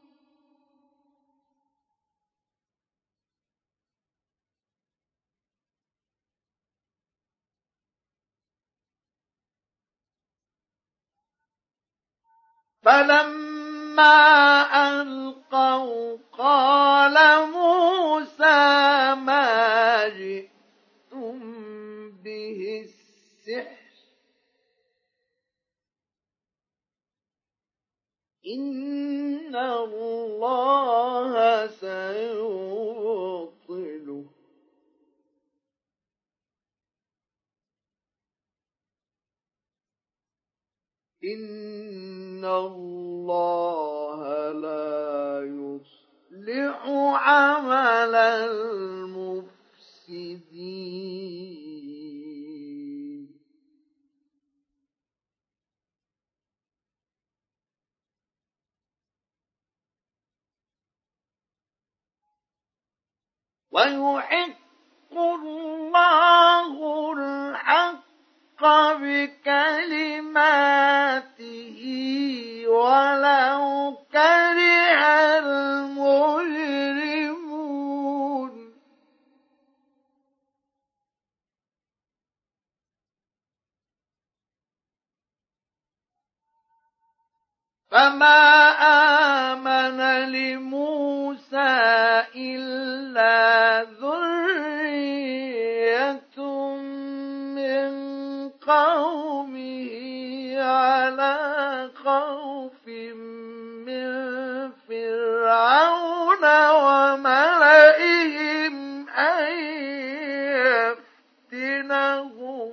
فلما ألقوا قال موسى ما جئتم به السحر إن الله سيبطله إن الله لا يصلح عمل المفسدين. ويحق الله الحق بكلماته ولو كره المجرمون. فما آمن لموسى إلا ذرية من قومه على خوف من فرعون وملئهم أن يفتنهم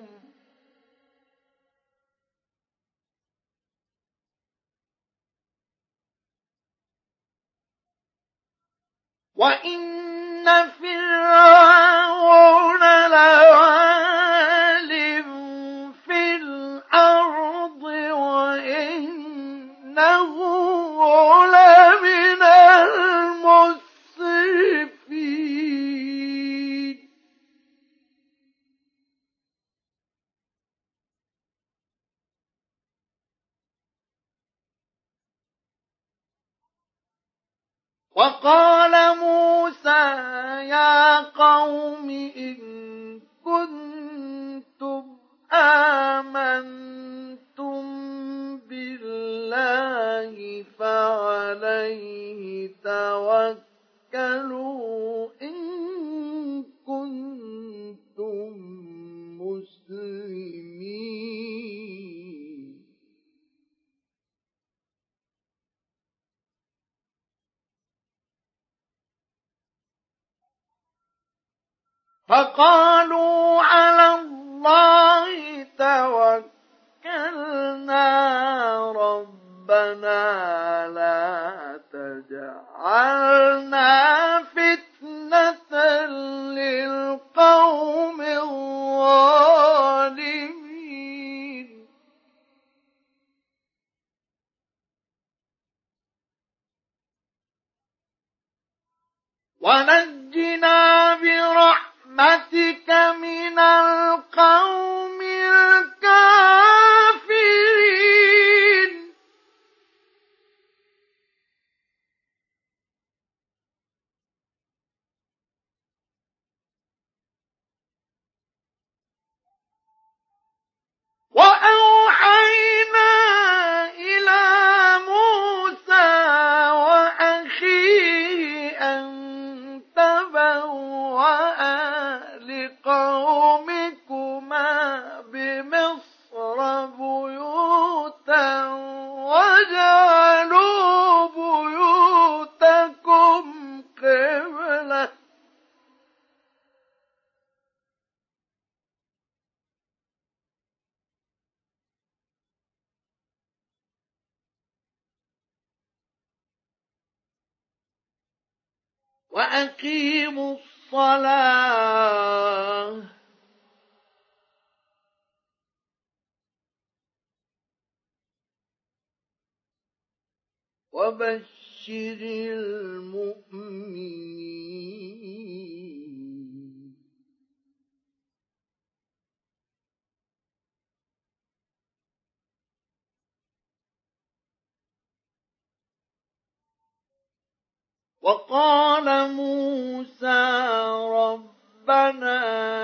وإن فرعون لعال في الأرض وإنه لمن المسرفين. وقال موسى يا قوم إن كنتم آمنتم بالله فعليه توكلوا إن كنتم مسلمين. فقالوا على الله توكلنا ربنا لا تجعلنا فتنة للقوم الظالمين. ونجنا برحمتك من القوم الكافرين. وأوحينا إلى موسى وأخيه أن تبوأ لقومكما بمصر بيوتا وجعلوا بيوتكم قبلة. وأقيموا الصلاة وبشر المؤمنين. وقال موسى ربنا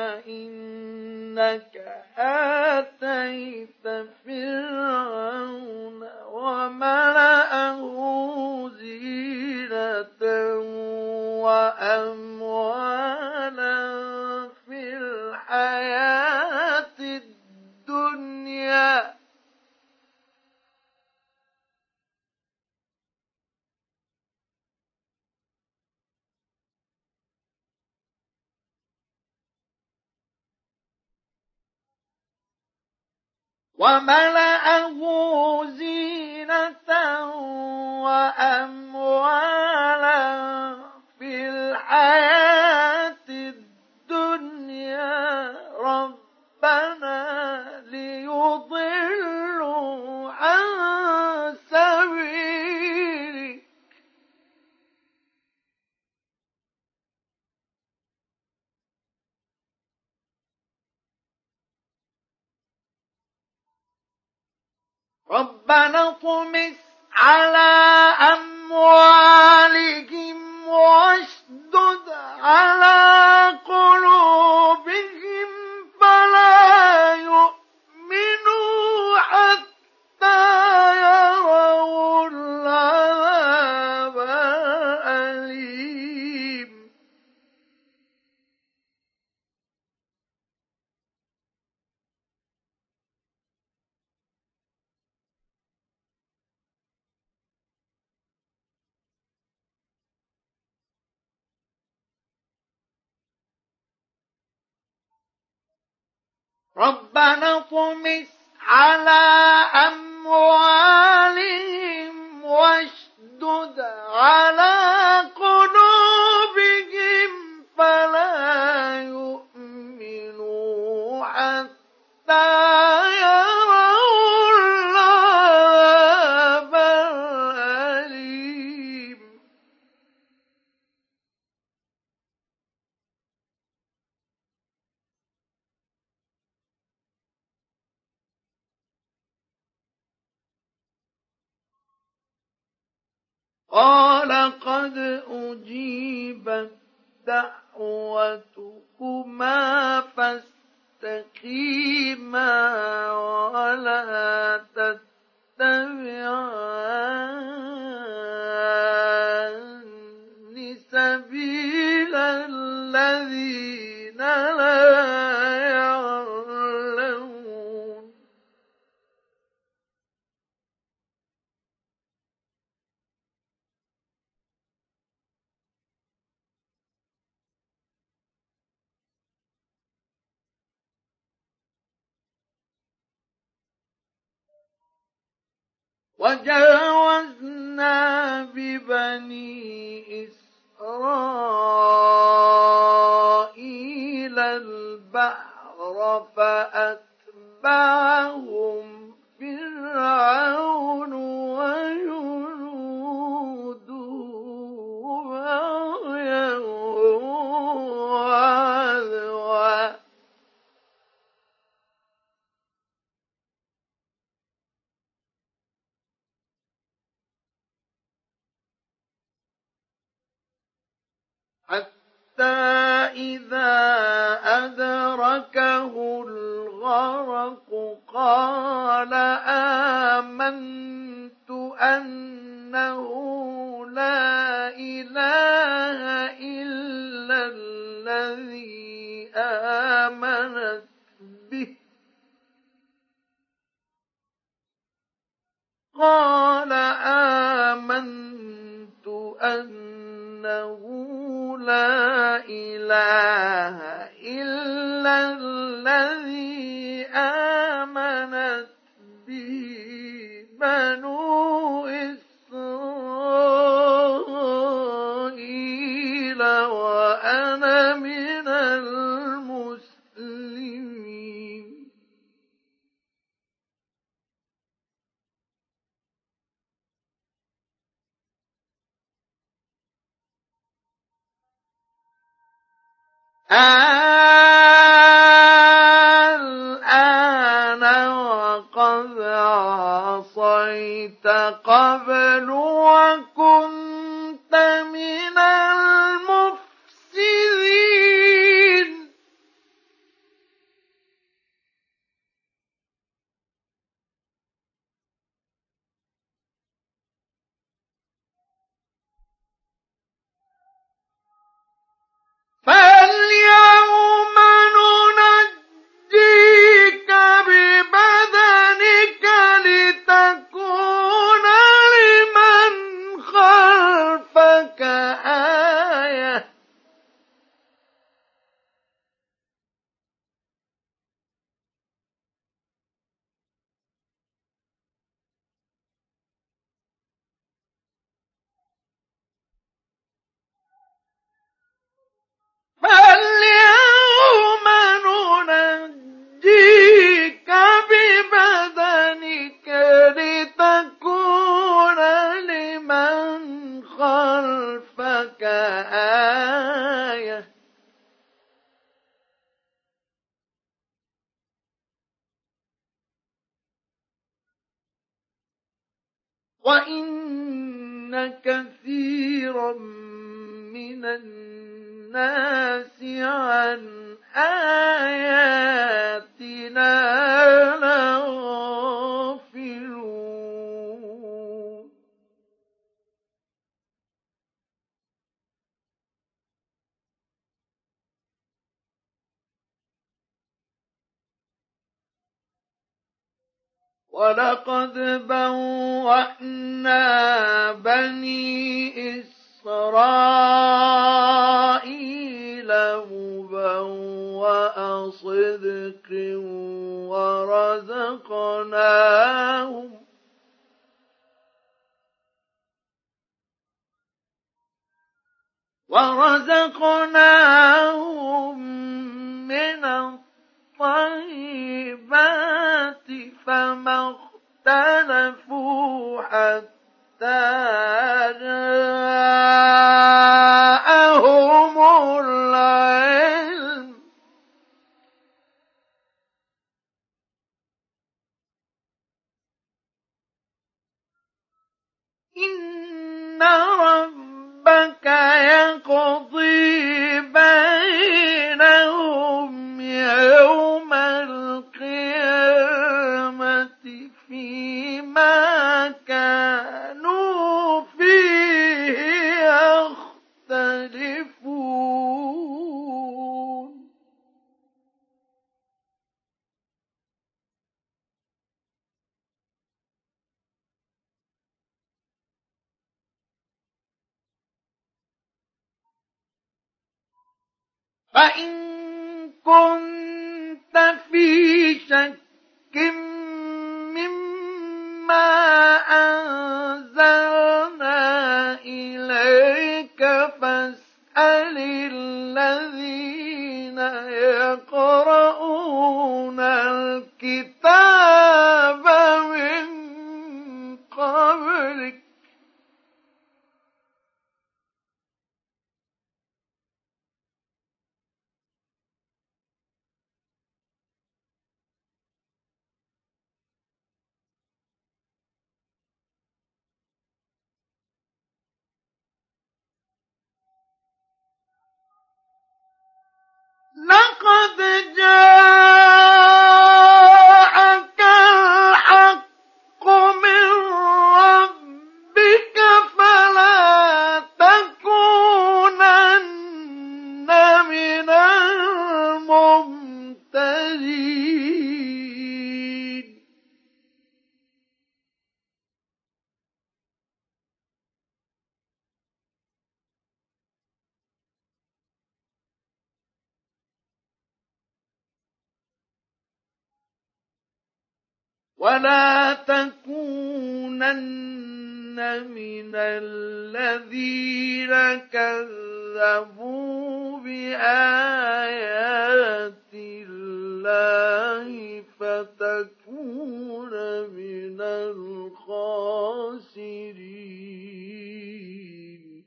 إنك آتيت فرعون وملأه زينة وأموالا في الحياة الدنيا وملأه زينة وأموالا في الحياة الدنيا ربنا ليضلوا عن سبيلك ربنا اطمس على أموالهم واشدد على قلوبهم فلا يؤمنوا حتى يروا العذاب الأليم. ربنا اطمس على أموالهم واشدد على قلوبهم قال قد أجيبت دعوتكما فاستقيما ولا تتبعان سبيل الذين لا يعلمون وجاوزنا ببني إسرائيل البحر فأتبعهم فرعون وجنوده بغيا وعدوا حتى إذا أدركه الغرق قال آمنت أنه لا إله إلا الذي آمنت به قال آمنت أنه لا إله إلا الذي آمنت به بنو إسرائيل وأنا من المسلمين الآن وقد عصيت قبل وكنت من المفسدين فاليوم ننجيك ببدنك لتكون لمن خلفك آية فاليوم ننجيك ببدنك لتكون لمن خلفك آية وإن كثيرا من الناس عن آياتنا لغافلون ولقد بوأنا بني إسرائيل مبوأ صدق ورزقناهم ورزقناهم من الطيبات فما اختلفوا حتى جاءهم العلم إن ربك يقضي بينهم يوم القيامة فيما كانوا فيه يختلفون فإن كنت في شك مما أنزلنا إليك فاسأل الذين يقرؤون الكتاب من قبلك لقد جاءك الحق من ربك فلا تكونن من الممترين ولا تكونن من الذين كذبوا بآيات الله فتكون من الخاسرين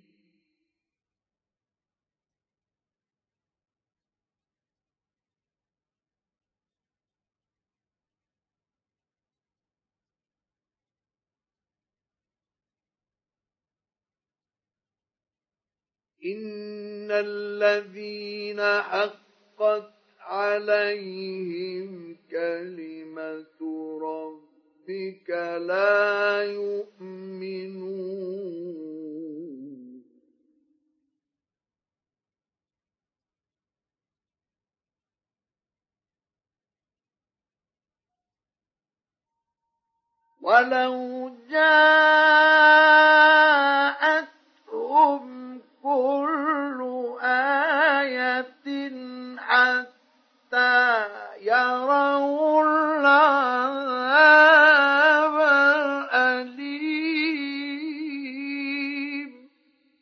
إن الذين حقت عليهم كلمة ربك لا يؤمنون ولو جاءتهم كل آية حتى يروا العذاب الأليم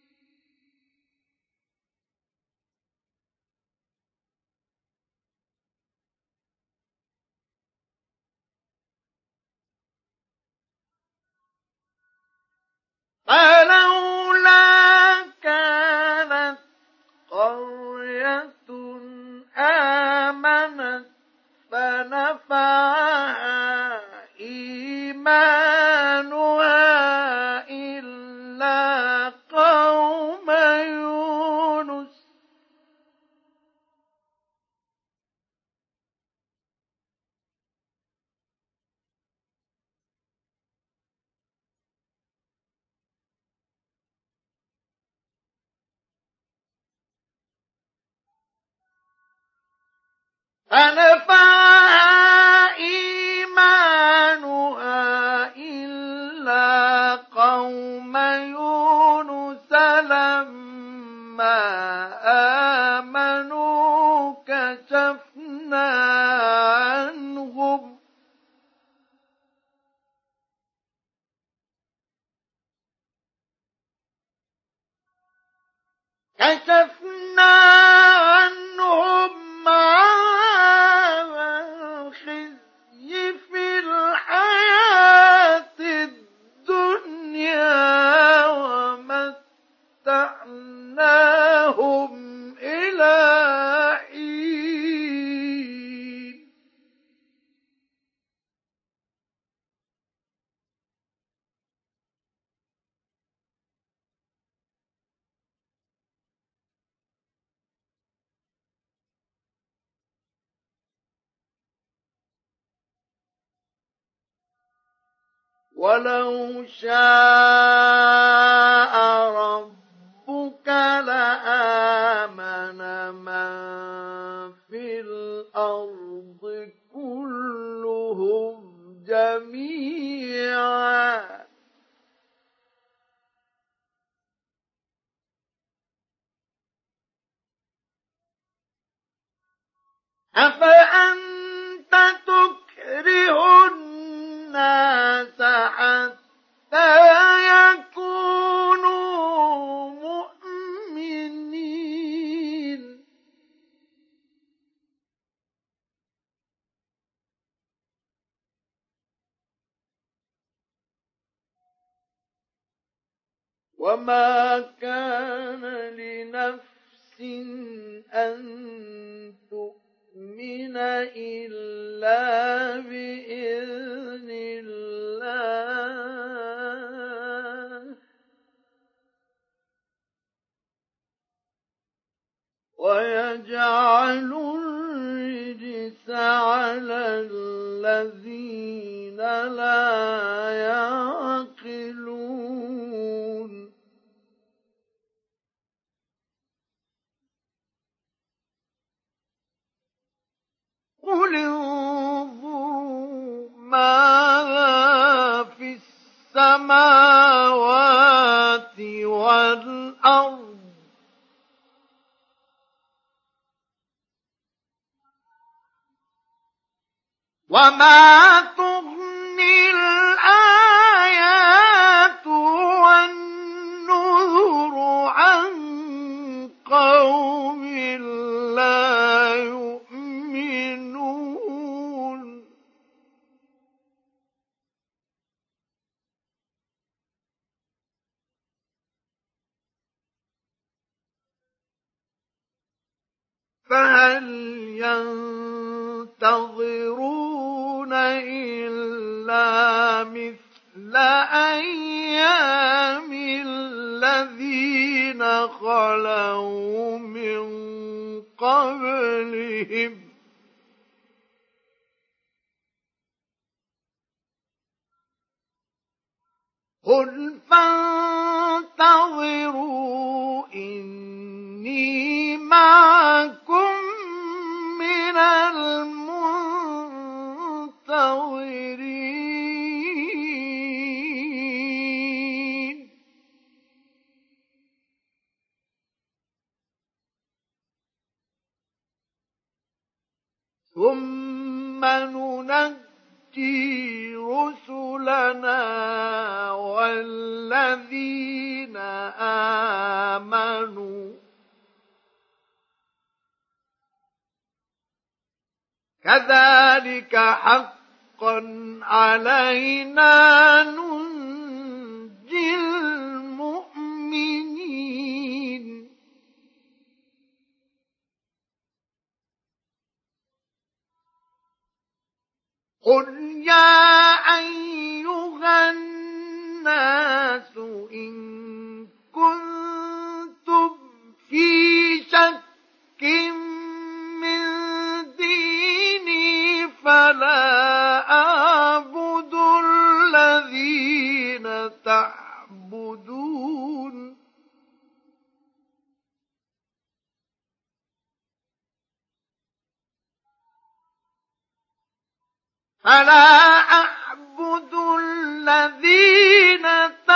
فلولا كانت قرية آمنت فنفعها إيمانها إلا قوم يونس فنفعها إيمانها إلا قوم يونس لما آمنوا كشفنا عنهم كشفنا عنهم عذاب الخزي في الحياة الدنيا ومتعناهم إلى حين ولو شاء ربك لآمن من في الأرض كلهم جميعا أفأنت تكره الناس حتى يكونوا مؤمنين وما كان لنفس أن تؤمن إلا بإذن الله ويجعل الرجس على الذين لا يعقلون قل انظروا ماذا في السماوات والأرض وما تغني الآيات والنذر عن قوم لا يؤمنون فهل ينتظرون إلا مثل أيام الذين خلوا من قبلهم قل فانتظروا إني معكم من المنتظرين ثم ننجي رسلنا والذين آمنوا كذلك حقا علينا ننجي المؤمنين قل يا أيها الناس إن كنتم في شك من ديني فلا أعبد الذين تعبدون فلا أعبد الذين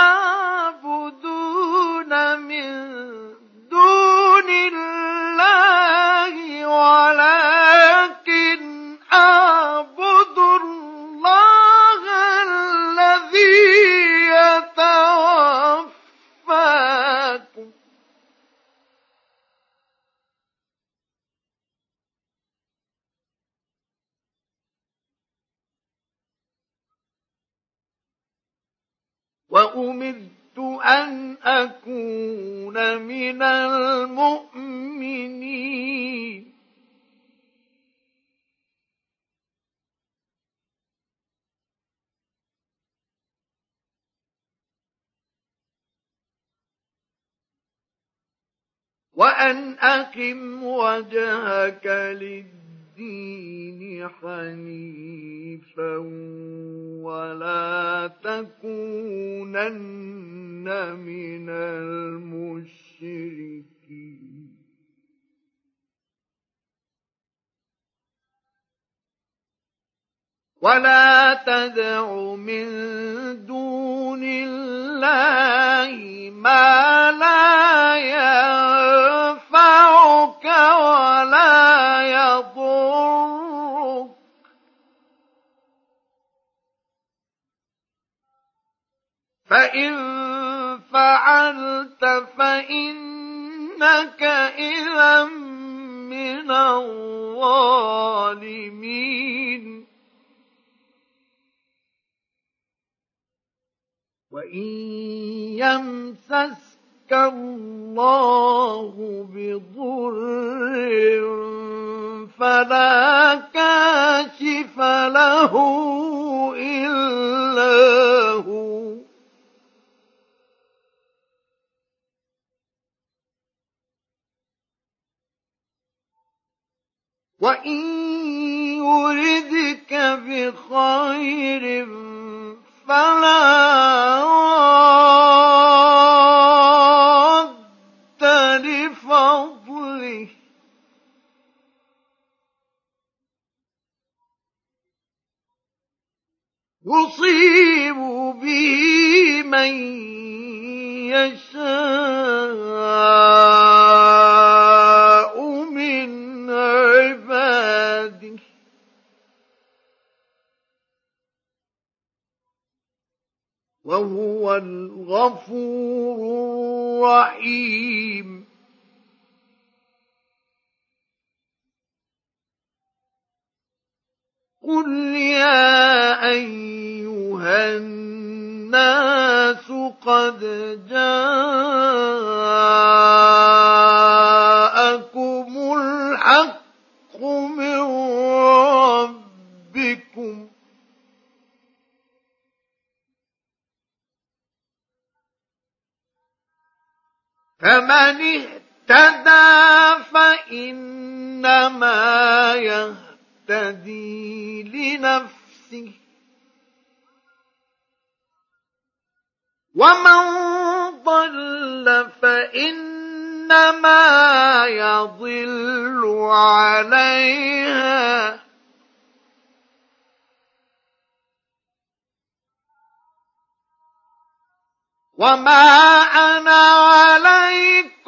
تعبدون من دون الله ولكن أعبد الله الذي يتوفاكم وأمرت أن أكون من المؤمنين وأن أقم وجهك للدين حنيفا ولا تكونن من المشركين. ولا تدع من دون الله ما لا ينفعك ولا يضرك، فإن فعلت فإنك إذا من الظالمين. وإن يمسسك الله بضر فلا كاشف له إلا هو، وإن يردك بخير فلا راد لفضله، يصيب به من يشاء من عباده، وهو الغفور الرحيم. قل يا أيها الناس قد جاءكم الحق من ربكم، فمن اهتدى فإنما يهتدي لنفسه، ومن ضل فإنما يضل عليها، وما أنا عليكم